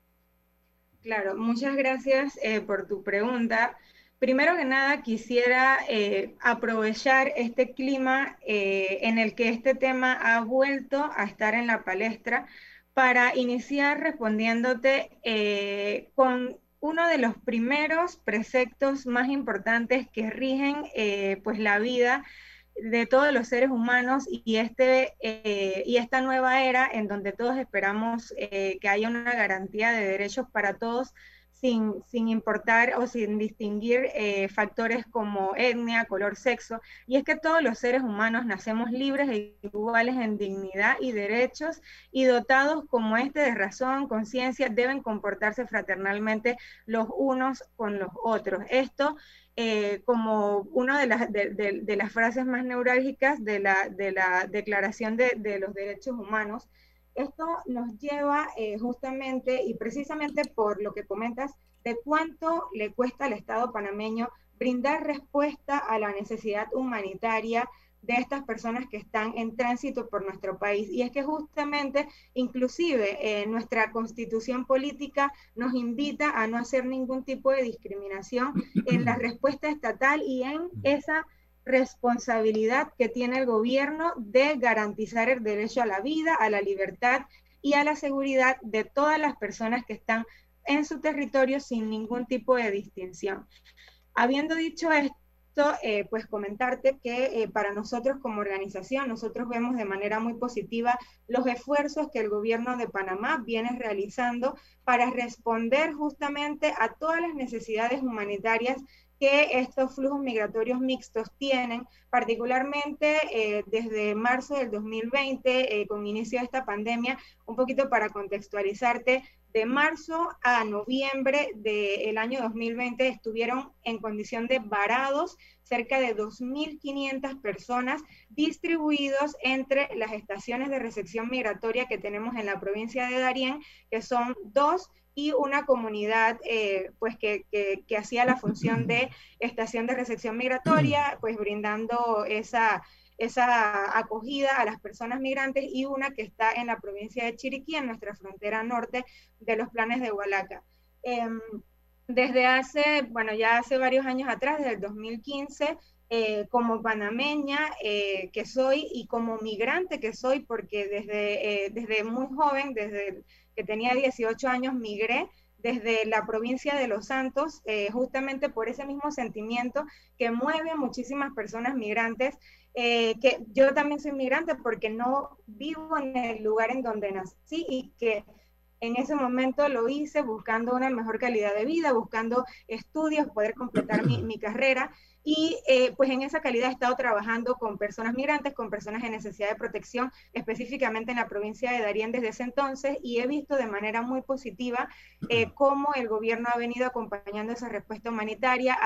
Claro, muchas gracias eh, por tu pregunta. Primero que nada, quisiera eh, aprovechar este clima eh, en el que este tema ha vuelto a estar en la palestra para iniciar respondiéndote eh, con uno de los primeros preceptos más importantes que rigen eh, pues la vida de todos los seres humanos y, este, eh, y esta nueva era en donde todos esperamos eh, que haya una garantía de derechos para todos, sin, sin importar o sin distinguir eh, factores como etnia, color, sexo, y es que todos los seres humanos nacemos libres e iguales en dignidad y derechos, y dotados como este de razón, conciencia, deben comportarse fraternalmente los unos con los otros. Esto Eh, como una de las, de, de, de las frases más neurálgicas de la, de la Declaración de, de los Derechos Humanos. Esto nos lleva eh, justamente y precisamente por lo que comentas de cuánto le cuesta al Estado panameño brindar respuesta a la necesidad humanitaria de estas personas que están en tránsito por nuestro país. Y es que justamente, inclusive, eh, nuestra constitución política nos invita a no hacer ningún tipo de discriminación en la respuesta estatal y en esa responsabilidad que tiene el gobierno de garantizar el derecho a la vida, a la libertad y a la seguridad de todas las personas que están en su territorio sin ningún tipo de distinción. Habiendo dicho esto, Eh, pues comentarte que eh, para nosotros como organización, nosotros vemos de manera muy positiva los esfuerzos que el gobierno de Panamá viene realizando para responder justamente a todas las necesidades humanitarias que estos flujos migratorios mixtos tienen, particularmente eh, desde marzo del dos mil veinte, eh, con inicio de esta pandemia. Un poquito para contextualizarte, de marzo a noviembre del año dos mil veinte estuvieron en condición de varados cerca de dos mil quinientas personas distribuidos entre las estaciones de recepción migratoria que tenemos en la provincia de Darién, que son dos, y una comunidad eh, pues que, que, que hacía la función de estación de recepción migratoria, pues brindando esa, esa acogida a las personas migrantes, y una que está en la provincia de Chiriquí, en nuestra frontera norte de los planes de Hualaca. Eh, desde hace, bueno, ya hace varios años atrás, desde el dos mil quince, eh, como panameña eh, que soy y como migrante que soy, porque desde, eh, desde muy joven, desde el, que tenía dieciocho años, migré desde la provincia de Los Santos, eh, justamente por ese mismo sentimiento que mueve a muchísimas personas migrantes, eh, que yo también soy migrante porque no vivo en el lugar en donde nací, y que en ese momento lo hice buscando una mejor calidad de vida, buscando estudios, poder completar mi, mi carrera. Y eh, pues en esa calidad he estado trabajando con personas migrantes, con personas en necesidad de protección, específicamente en la provincia de Darién desde ese entonces, y he visto de manera muy positiva eh, cómo el gobierno ha venido acompañando esa respuesta humanitaria,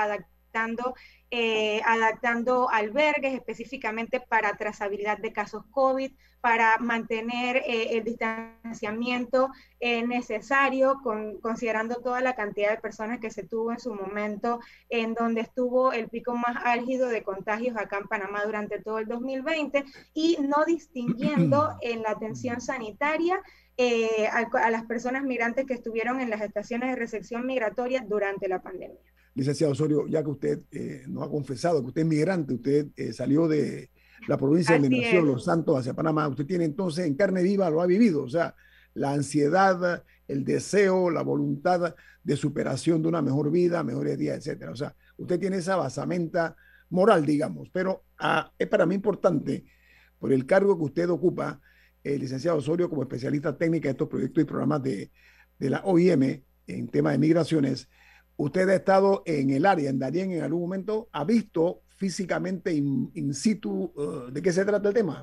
adaptando, eh, adaptando albergues específicamente para trazabilidad de casos COVID, para mantener eh, el distanciamiento eh, necesario, con, considerando toda la cantidad de personas que se tuvo en su momento, en donde estuvo el pico más álgido de contagios acá en Panamá durante todo el dos mil veinte, y no distinguiendo en la atención sanitaria eh, a, a las personas migrantes que estuvieron en las estaciones de recepción migratoria durante la pandemia. Licenciado Osorio, ya que usted eh, nos ha confesado que usted es migrante, usted eh, salió de la provincia Así donde nació, es. Los Santos, hacia Panamá, usted tiene entonces en carne viva, lo ha vivido, o sea, la ansiedad, el deseo, la voluntad de superación de una mejor vida, mejores días, etcétera. O sea, usted tiene esa basamenta moral, digamos, pero ah, es para mí importante, por el cargo que usted ocupa, el eh, licenciado Osorio, como especialista técnica de estos proyectos y programas de, de la O I M en temas de migraciones. Usted ha estado en el área, en Darién, en algún momento, ha visto físicamente in, in situ uh, de qué se trata el tema.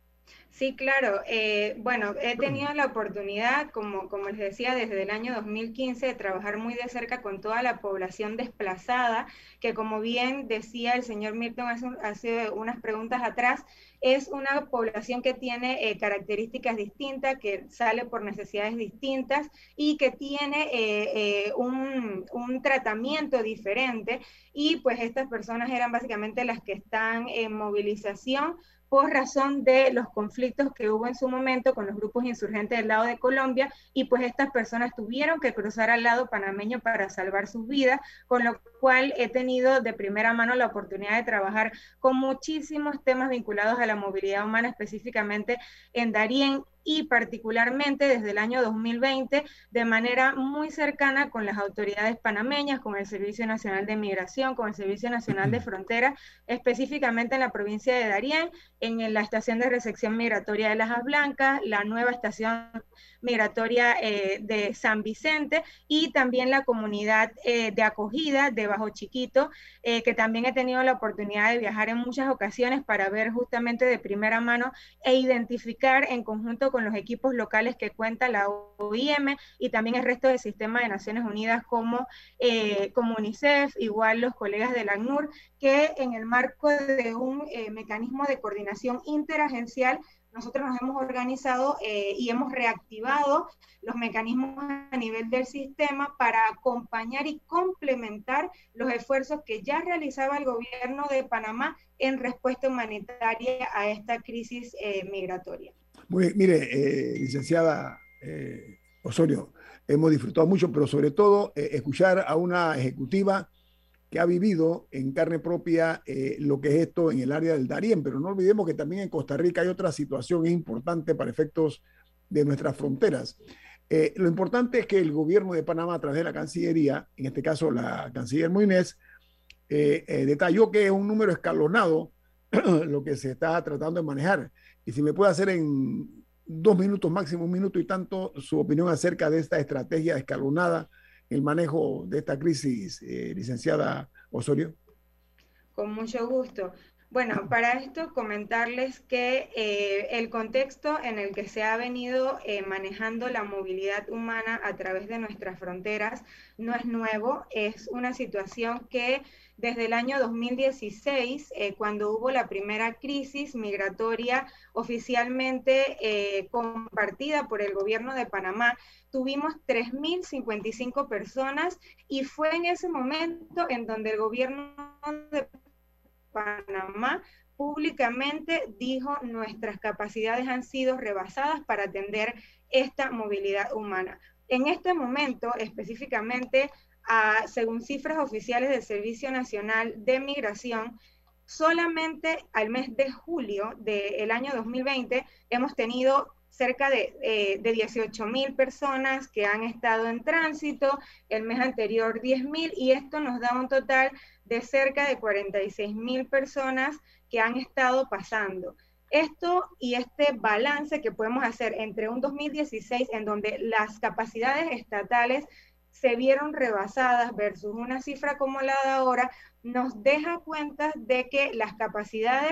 Sí, claro. Eh, bueno, he tenido la oportunidad, como, como les decía, desde el año dos mil quince, de trabajar muy de cerca con toda la población desplazada, que como bien decía el señor Milton hace, hace unas preguntas atrás, es una población que tiene eh, características distintas, que sale por necesidades distintas y que tiene eh, eh, un, un tratamiento diferente, y pues estas personas eran básicamente las que están en movilización por razón de los conflictos que hubo en su momento con los grupos insurgentes del lado de Colombia, y pues estas personas tuvieron que cruzar al lado panameño para salvar sus vidas, con lo cual he tenido de primera mano la oportunidad de trabajar con muchísimos temas vinculados a la movilidad humana, específicamente en Darién, y particularmente desde el año dos mil veinte, de manera muy cercana con las autoridades panameñas, con el Servicio Nacional de Migración, con el Servicio Nacional de Frontera, específicamente en la provincia de Darién, en la estación de recepción migratoria de Lajas Blancas, la nueva estación migratoria eh, de San Vicente, y también la comunidad eh, de acogida de Bajo Chiquito, eh, que también he tenido la oportunidad de viajar en muchas ocasiones para ver justamente de primera mano e identificar en conjunto con los equipos locales que cuenta la O I M y también el resto del sistema de Naciones Unidas, como, eh, como UNICEF, igual los colegas del ACNUR, que en el marco de un eh, mecanismo de coordinación interagencial, nosotros nos hemos organizado eh, y hemos reactivado los mecanismos a nivel del sistema para acompañar y complementar los esfuerzos que ya realizaba el gobierno de Panamá en respuesta humanitaria a esta crisis eh, migratoria. Muy, mire, eh, licenciada eh, Osorio, hemos disfrutado mucho, pero sobre todo eh, escuchar a una ejecutiva que ha vivido en carne propia eh, lo que es esto en el área del Darién, pero no olvidemos que también en Costa Rica hay otra situación importante para efectos de nuestras fronteras. Eh, lo importante es que el gobierno de Panamá, a través de la Cancillería, en este caso la canciller Moines, eh, eh, detalló que es un número escalonado lo que se está tratando de manejar. Y si me puede hacer en dos minutos, máximo un minuto y tanto, su opinión acerca de esta estrategia escalonada, el manejo de esta crisis, eh, licenciada Osorio. Con mucho gusto. Bueno, para esto comentarles que eh, el contexto en el que se ha venido eh, manejando la movilidad humana a través de nuestras fronteras no es nuevo, es una situación que desde el año dos mil dieciséis, eh, cuando hubo la primera crisis migratoria oficialmente eh, compartida por el gobierno de Panamá, tuvimos tres mil cincuenta y cinco personas, y fue en ese momento en donde el gobierno de Panamá públicamente dijo: nuestras capacidades han sido rebasadas para atender esta movilidad humana. En este momento, específicamente, a, según cifras oficiales del Servicio Nacional de Migración, solamente al mes de julio del año dos mil veinte hemos tenido cerca de, eh, de dieciocho mil personas que han estado en tránsito, el mes anterior diez mil, y esto nos da un total de cerca de cuarenta y seis mil personas que han estado pasando. Esto y este balance que podemos hacer entre un dos mil dieciséis en donde las capacidades estatales se vieron rebasadas versus una cifra como la de ahora, nos deja cuenta de que las capacidades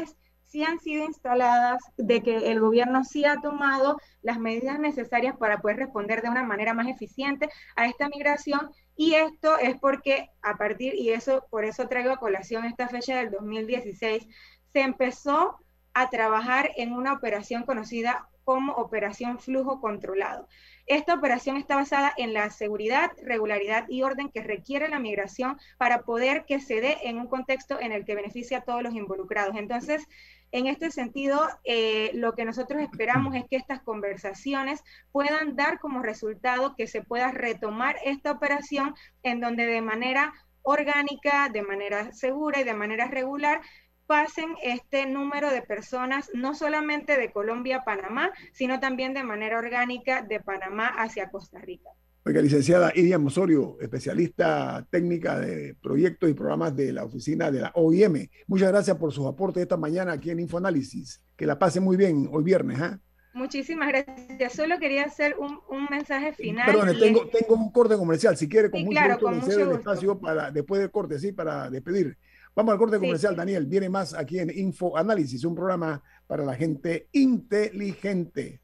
sí han sido instaladas, de que el gobierno sí ha tomado las medidas necesarias para poder responder de una manera más eficiente a esta migración, y esto es porque a partir, y eso por eso traigo a colación esta fecha del dos mil dieciséis, se empezó a trabajar en una operación conocida como Operación Flujo Controlado. Esta operación está basada en la seguridad, regularidad y orden que requiere la migración para poder que se dé en un contexto en el que beneficie a todos los involucrados. Entonces, en este sentido, eh, lo que nosotros esperamos es que estas conversaciones puedan dar como resultado que se pueda retomar esta operación en donde de manera orgánica, de manera segura y de manera regular pasen este número de personas, no solamente de Colombia a Panamá, sino también de manera orgánica de Panamá hacia Costa Rica. Oiga, licenciada Iriam Osorio, especialista técnica de proyectos y programas de la oficina de la O I M. Muchas gracias por sus aportes esta mañana aquí en Infoanálisis. Que la pase muy bien hoy viernes. ¿eh? Muchísimas gracias. Solo quería hacer un, un mensaje final. Perdón, tengo, es... tengo un corte comercial. Si quiere, con sí, mucho claro, gusto, con le mucho cedo el gusto. espacio para, después del corte, sí, para despedir. Vamos al corte comercial, sí. Daniel. Viene más aquí en Infoanálisis, un programa para la gente inteligente.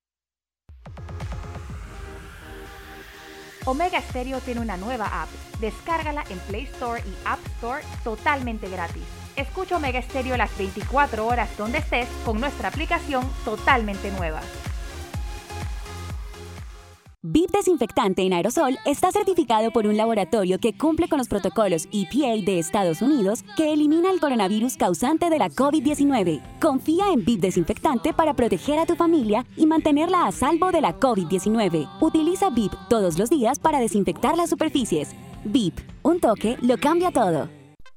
Omega Stereo tiene una nueva app. Descárgala en Play Store y App Store totalmente gratis. Escucha Omega Stereo las veinticuatro horas donde estés con nuestra aplicación totalmente nueva. V I P Desinfectante en aerosol está certificado por un laboratorio que cumple con los protocolos E P A de Estados Unidos que elimina el coronavirus causante de la COVID diecinueve. Confía en V I P Desinfectante para proteger a tu familia y mantenerla a salvo de la COVID diecinueve. Utiliza V I P todos los días para desinfectar las superficies. V I P, un toque lo cambia todo.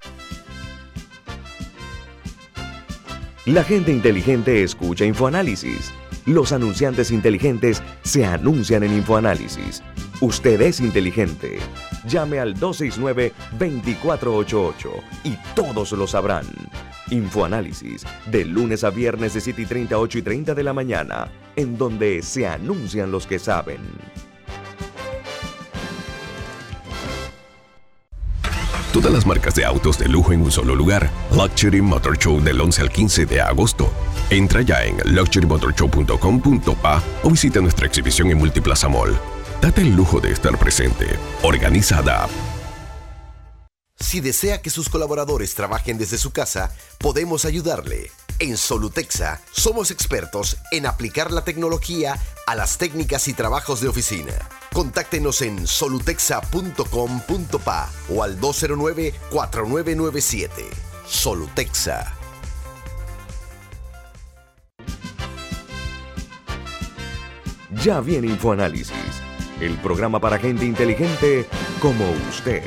La gente inteligente escucha Infoanálisis. Los anunciantes inteligentes se anuncian en Infoanálisis. Usted es inteligente. Llame al dos seis nueve, dos cuatro ocho ocho y todos lo sabrán. Infoanálisis, de lunes a viernes de siete y treinta a ocho y treinta de la mañana, en donde se anuncian los que saben. Todas las marcas de autos de lujo en un solo lugar. Luxury Motor Show del once al quince de agosto. Entra ya en luxury motor show punto com punto pa o visita nuestra exhibición en Multiplaza Mall. Date el lujo de estar presente. Organiza D A P. Si desea que sus colaboradores trabajen desde su casa, podemos ayudarle. En Solutexa somos expertos en aplicar la tecnología a las técnicas y trabajos de oficina. Contáctenos en solutexa punto com punto pa o al dos cero nueve, cuatro nueve nueve siete. Solutexa. Ya viene Infoanálisis, el programa para gente inteligente como usted.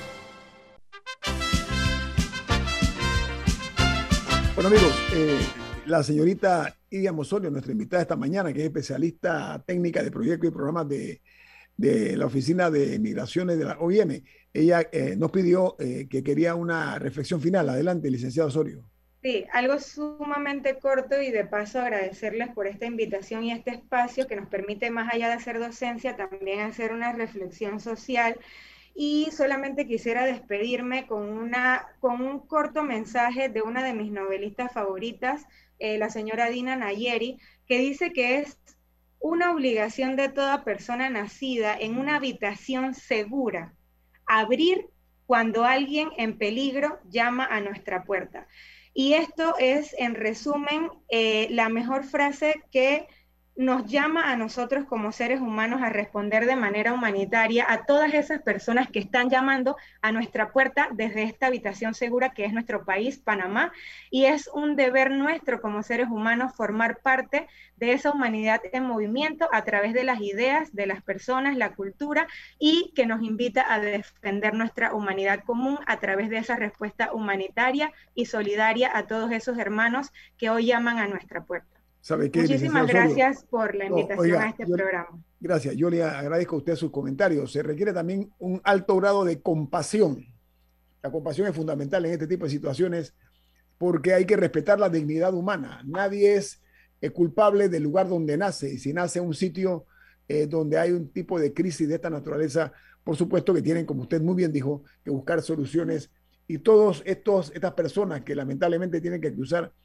Bueno, amigos, eh, la señorita Iriam Osorio, nuestra invitada esta mañana, que es especialista técnica de proyectos y programas de, de la Oficina de Migraciones de la O I M, ella eh, nos pidió eh, que quería una reflexión final. Adelante, licenciada Osorio. Sí, algo sumamente corto y de paso agradecerles por esta invitación y este espacio que nos permite, más allá de hacer docencia, también hacer una reflexión social. Y solamente quisiera despedirme con, una, con un corto mensaje de una de mis novelistas favoritas, eh, la señora Dina Nayeri, que dice que es una obligación de toda persona nacida en una habitación segura abrir cuando alguien en peligro llama a nuestra puerta. Y esto es, en resumen, eh, la mejor frase que nos llama a nosotros como seres humanos a responder de manera humanitaria a todas esas personas que están llamando a nuestra puerta desde esta habitación segura que es nuestro país, Panamá, y es un deber nuestro como seres humanos formar parte de esa humanidad en movimiento a través de las ideas, de las personas, la cultura, y que nos invita a defender nuestra humanidad común a través de esa respuesta humanitaria y solidaria a todos esos hermanos que hoy llaman a nuestra puerta. ¿Sabe qué, Muchísimas gracias por la invitación no, oiga, a este yo, programa. Gracias, yo le agradezco a usted sus comentarios. Se requiere también un alto grado de compasión. La compasión es fundamental en este tipo de situaciones porque hay que respetar la dignidad humana. Nadie es eh, culpable del lugar donde nace, y si nace en un sitio eh, donde hay un tipo de crisis de esta naturaleza, por supuesto que tienen, como usted muy bien dijo, que buscar soluciones, y todos estos estas personas que lamentablemente tienen que cruzar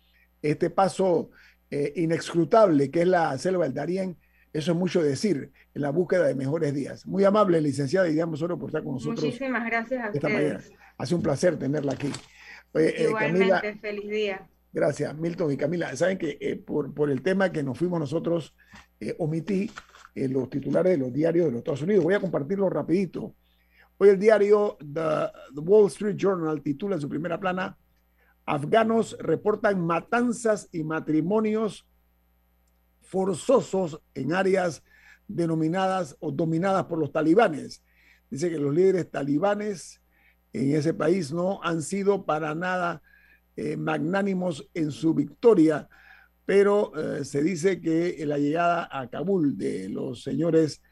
este paso eh, inescrutable que es la selva del Darién, eso es mucho decir en la búsqueda de mejores días. Muy amable, licenciada Idiana Mosoro, por estar con nosotros. Muchísimas gracias a esta ustedes. mañana. Hace un placer tenerla aquí. Oye, Igualmente, eh, Camila, feliz día. gracias, Milton y Camila. Saben que eh, por, por el tema que nos fuimos nosotros, eh, omití eh, los titulares de los diarios de los Estados Unidos. Voy a compartirlo rapidito. Hoy el diario The, The Wall Street Journal titula en su primera plana: afganos reportan matanzas y matrimonios forzosos en áreas denominadas o dominadas por los talibanes. Dice que los líderes talibanes en ese país no han sido para nada eh, magnánimos en su victoria, pero eh, se dice que la llegada a Kabul de los señores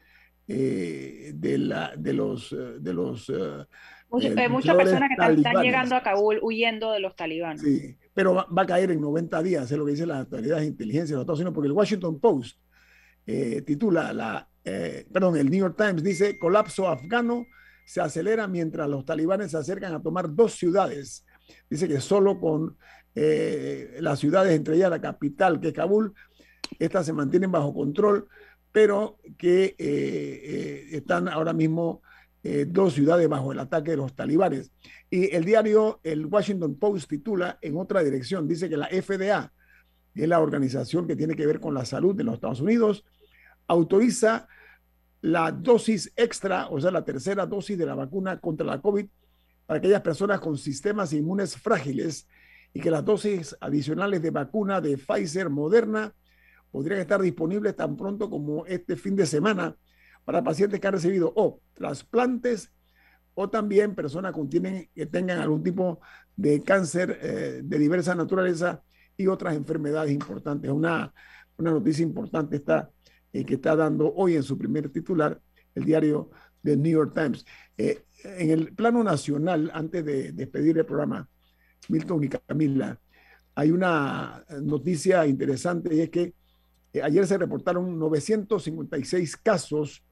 eh, de, la, de los... De los eh, Muchas, eh, muchas personas que están, están talibanes. llegando a Kabul huyendo de los talibanes. Sí, pero va, va a caer en noventa días, es lo que dicen las autoridades de inteligencia de los Estados Unidos, porque el Washington Post eh, titula, la, eh, perdón, el New York Times dice: colapso afgano se acelera mientras los talibanes se acercan a tomar dos ciudades. Dice que solo con eh, las ciudades, entre ellas la capital, que es Kabul, estas se mantienen bajo control, pero que eh, eh, están ahora mismo eh, dos ciudades bajo el ataque de los talibanes. Y el diario, el Washington Post, titula en otra dirección, dice que la F D A, que es la organización que tiene que ver con la salud de los Estados Unidos, autoriza la dosis extra, o sea, la tercera dosis de la vacuna contra la COVID para aquellas personas con sistemas inmunes frágiles, y que las dosis adicionales de vacuna de Pfizer, Moderna, podrían estar disponibles tan pronto como este fin de semana para pacientes que han recibido o trasplantes o también personas que, tienen, que tengan algún tipo de cáncer eh, de diversa naturaleza y otras enfermedades importantes. Una, una noticia importante está, eh, que está dando hoy en su primer titular el diario The New York Times. Eh, en el plano nacional, antes de despedir el programa, Milton y Camila, hay una noticia interesante, y es que eh, ayer se reportaron novecientos cincuenta y seis casos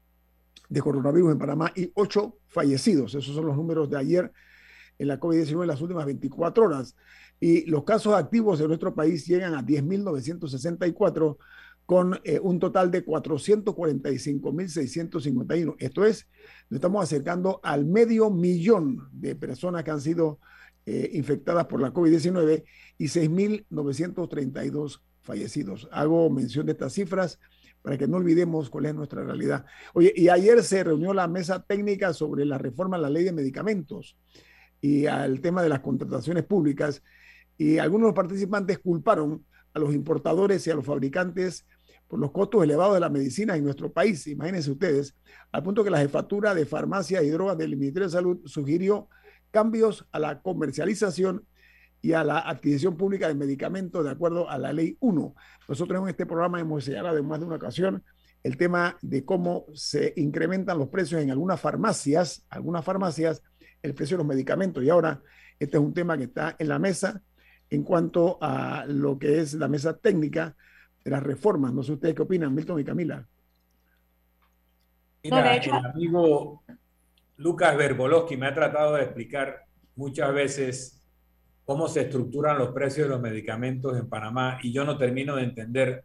de coronavirus en Panamá y ocho fallecidos. Esos son los números de ayer en la COVID diecinueve en las últimas veinticuatro horas. Y los casos activos de nuestro país llegan a diez mil novecientos sesenta y cuatro, con eh, un total de cuatrocientos cuarenta y cinco mil seiscientos cincuenta y uno. Esto es, nos estamos acercando al medio millón de personas que han sido eh, infectadas por la COVID diecinueve y seis mil novecientos treinta y dos fallecidos. Hago mención de estas cifras para que no olvidemos cuál es nuestra realidad. Oye, y ayer se reunió la mesa técnica sobre la reforma a la ley de medicamentos y al tema de las contrataciones públicas, y algunos de los participantes culparon a los importadores y a los fabricantes por los costos elevados de la medicina en nuestro país. Imagínense ustedes, al punto que la jefatura de farmacia y drogas del Ministerio de Salud sugirió cambios a la comercialización y a la adquisición pública de medicamentos de acuerdo a la ley uno. Nosotros en este programa hemos señalado en más de una ocasión el tema de cómo se incrementan los precios en algunas farmacias, algunas farmacias, el precio de los medicamentos. Y ahora este es un tema que está en la mesa en cuanto a lo que es la mesa técnica de las reformas. No sé ustedes qué opinan, Milton y Camila. Mira, no, de hecho... el amigo Lucas Verbolowski me ha tratado de explicar muchas veces cómo se estructuran los precios de los medicamentos en Panamá, y yo no termino de entender,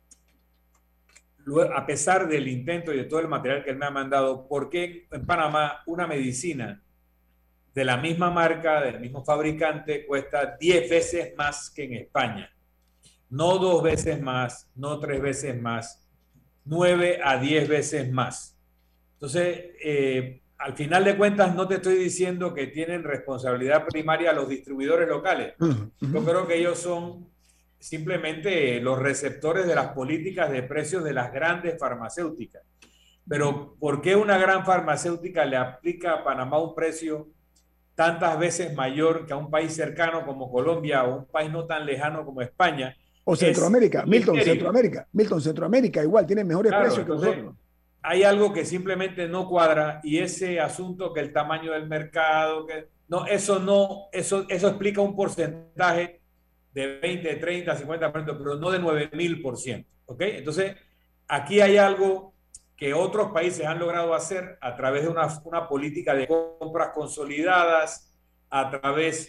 a pesar del intento y de todo el material que él me ha mandado, por qué en Panamá una medicina de la misma marca, del mismo fabricante, cuesta diez veces más que en España. No dos veces más, no tres veces más, nueve a diez veces más. Entonces, eh, al final de cuentas, no te estoy diciendo que tienen responsabilidad primaria los distribuidores locales. Yo creo que ellos son simplemente los receptores de las políticas de precios de las grandes farmacéuticas. Pero, ¿por qué una gran farmacéutica le aplica a Panamá un precio tantas veces mayor que a un país cercano como Colombia o un país no tan lejano como España? O Centroamérica, Milton, Centroamérica. Milton, Centroamérica igual tiene mejores claro, precios que entonces, nosotros. Hay algo que simplemente no cuadra, y ese asunto que el tamaño del mercado, que no, eso no, eso, eso explica un porcentaje de veinte, treinta, cincuenta por ciento, pero no de nueve mil por ciento. ¿Ok? Entonces, aquí hay algo que otros países han logrado hacer a través de una, una política de compras consolidadas, a través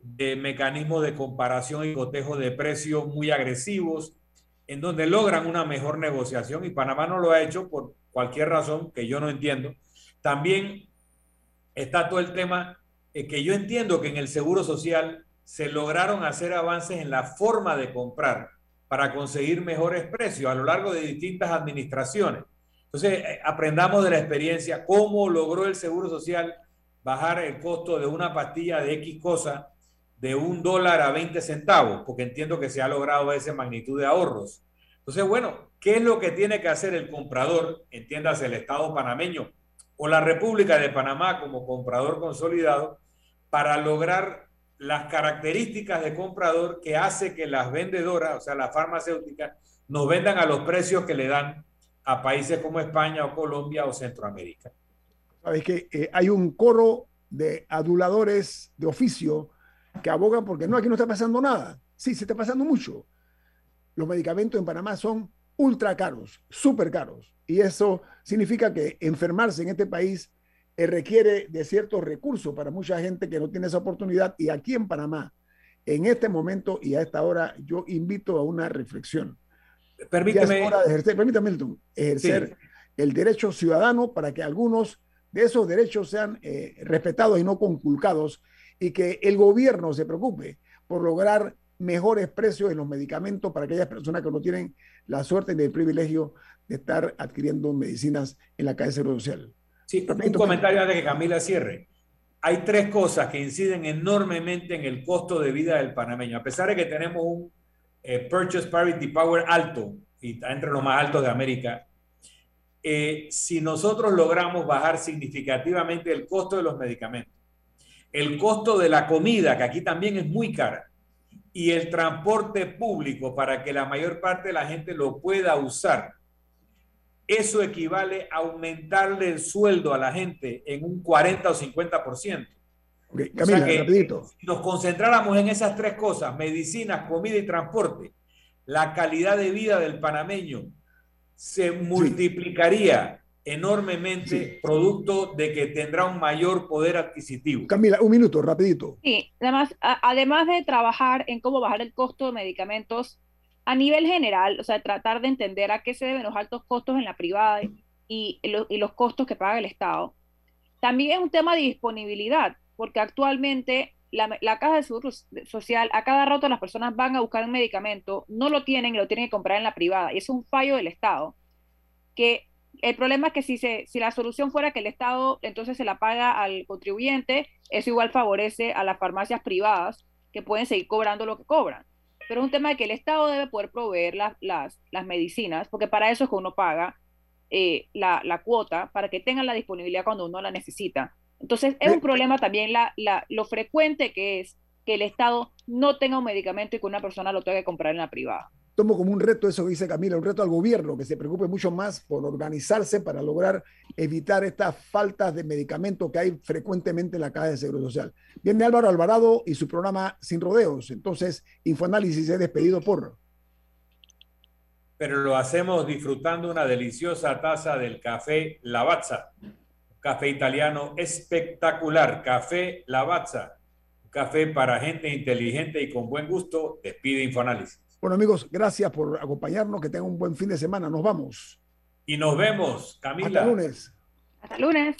de mecanismos de comparación y cotejo de precios muy agresivos, en donde logran una mejor negociación, y Panamá no lo ha hecho por cualquier razón que yo no entiendo. También está todo el tema eh, que yo entiendo que en el Seguro Social se lograron hacer avances en la forma de comprar para conseguir mejores precios a lo largo de distintas administraciones. Entonces, eh, aprendamos de la experiencia cómo logró el Seguro Social bajar el costo de una pastilla de X cosa de un dólar a veinte centavos, porque entiendo que se ha logrado esa magnitud de ahorros. Entonces, bueno, ¿qué es lo que tiene que hacer el comprador, entiéndase el Estado panameño o la República de Panamá como comprador consolidado, para lograr las características de comprador que hace que las vendedoras, o sea, las farmacéuticas, nos vendan a los precios que le dan a países como España o Colombia o Centroamérica? Sabes que eh, hay un coro de aduladores de oficio que abogan porque no, aquí no está pasando nada. Sí, se está pasando mucho. Los medicamentos en Panamá son ultra caros, súper caros. Y eso significa que enfermarse en este país eh, requiere de ciertos recursos para mucha gente que no tiene esa oportunidad. Y aquí en Panamá, en este momento y a esta hora, yo invito a una reflexión. Permíteme. Ya es hora de ejercer, permítame, Milton, ejercer sí. el derecho ciudadano para que algunos de esos derechos sean eh, respetados y no conculcados, y que el gobierno se preocupe por lograr mejores precios en los medicamentos para aquellas personas que no tienen la suerte ni el privilegio de estar adquiriendo medicinas en la calle Seguro Social. Sí, un comentario antes de que Camila cierre. Hay tres cosas que inciden enormemente en el costo de vida del panameño. A pesar de que tenemos un eh, Purchase Parity Power alto, y está entre los más altos de América, eh, si nosotros logramos bajar significativamente el costo de los medicamentos, el costo de la comida, que aquí también es muy cara, y el transporte público para que la mayor parte de la gente lo pueda usar, eso equivale a aumentarle el sueldo a la gente en un cuarenta o cincuenta por ciento. Okay, Camila, o sea que rapidito. Si nos concentráramos en esas tres cosas, medicinas, comida y transporte, la calidad de vida del panameño se multiplicaría sí. enormemente, sí. producto de que tendrá un mayor poder adquisitivo. Camila, un minuto, rapidito. Sí, además, a, además de trabajar en cómo bajar el costo de medicamentos a nivel general, o sea, tratar de entender a qué se deben los altos costos en la privada y, y, lo, y los costos que paga el Estado, también es un tema de disponibilidad, porque actualmente la, la caja de seguro social, a cada rato las personas van a buscar un medicamento, no lo tienen y lo tienen que comprar en la privada, y es un fallo del Estado, que el problema es que si, se, si la solución fuera que el Estado entonces se la paga al contribuyente, eso igual favorece a las farmacias privadas que pueden seguir cobrando lo que cobran. Pero es un tema de que el Estado debe poder proveer las, las, las medicinas, porque para eso es que uno paga eh, la, la cuota, para que tengan la disponibilidad cuando uno la necesita. Entonces es un problema también la, la, lo frecuente que es que el Estado no tenga un medicamento y que una persona lo tenga que comprar en la privada. Tomo como un reto eso que dice Camila, un reto al gobierno que se preocupe mucho más por organizarse para lograr evitar estas faltas de medicamentos que hay frecuentemente en la caja de Seguro Social. Viene Álvaro Alvarado y su programa Sin Rodeos. Entonces, Infoanálisis es despedido por... Pero lo hacemos disfrutando una deliciosa taza del café Lavazza. Café italiano espectacular. Café Lavazza. Un café para gente inteligente y con buen gusto. Despide Infoanálisis. Bueno, amigos, gracias por acompañarnos. Que tengan un buen fin de semana. Nos vamos. Y nos vemos, Camila. Hasta lunes. Hasta lunes.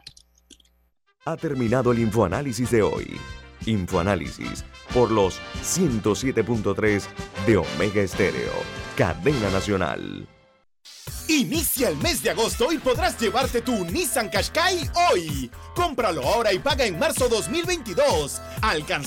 Ha terminado el Infoanálisis de hoy. Infoanálisis por los ciento siete punto tres de Omega Estéreo, cadena nacional. Inicia el mes de agosto y podrás llevarte tu Nissan Qashqai hoy. Cómpralo ahora y paga en marzo dos mil veintidós. Alcanza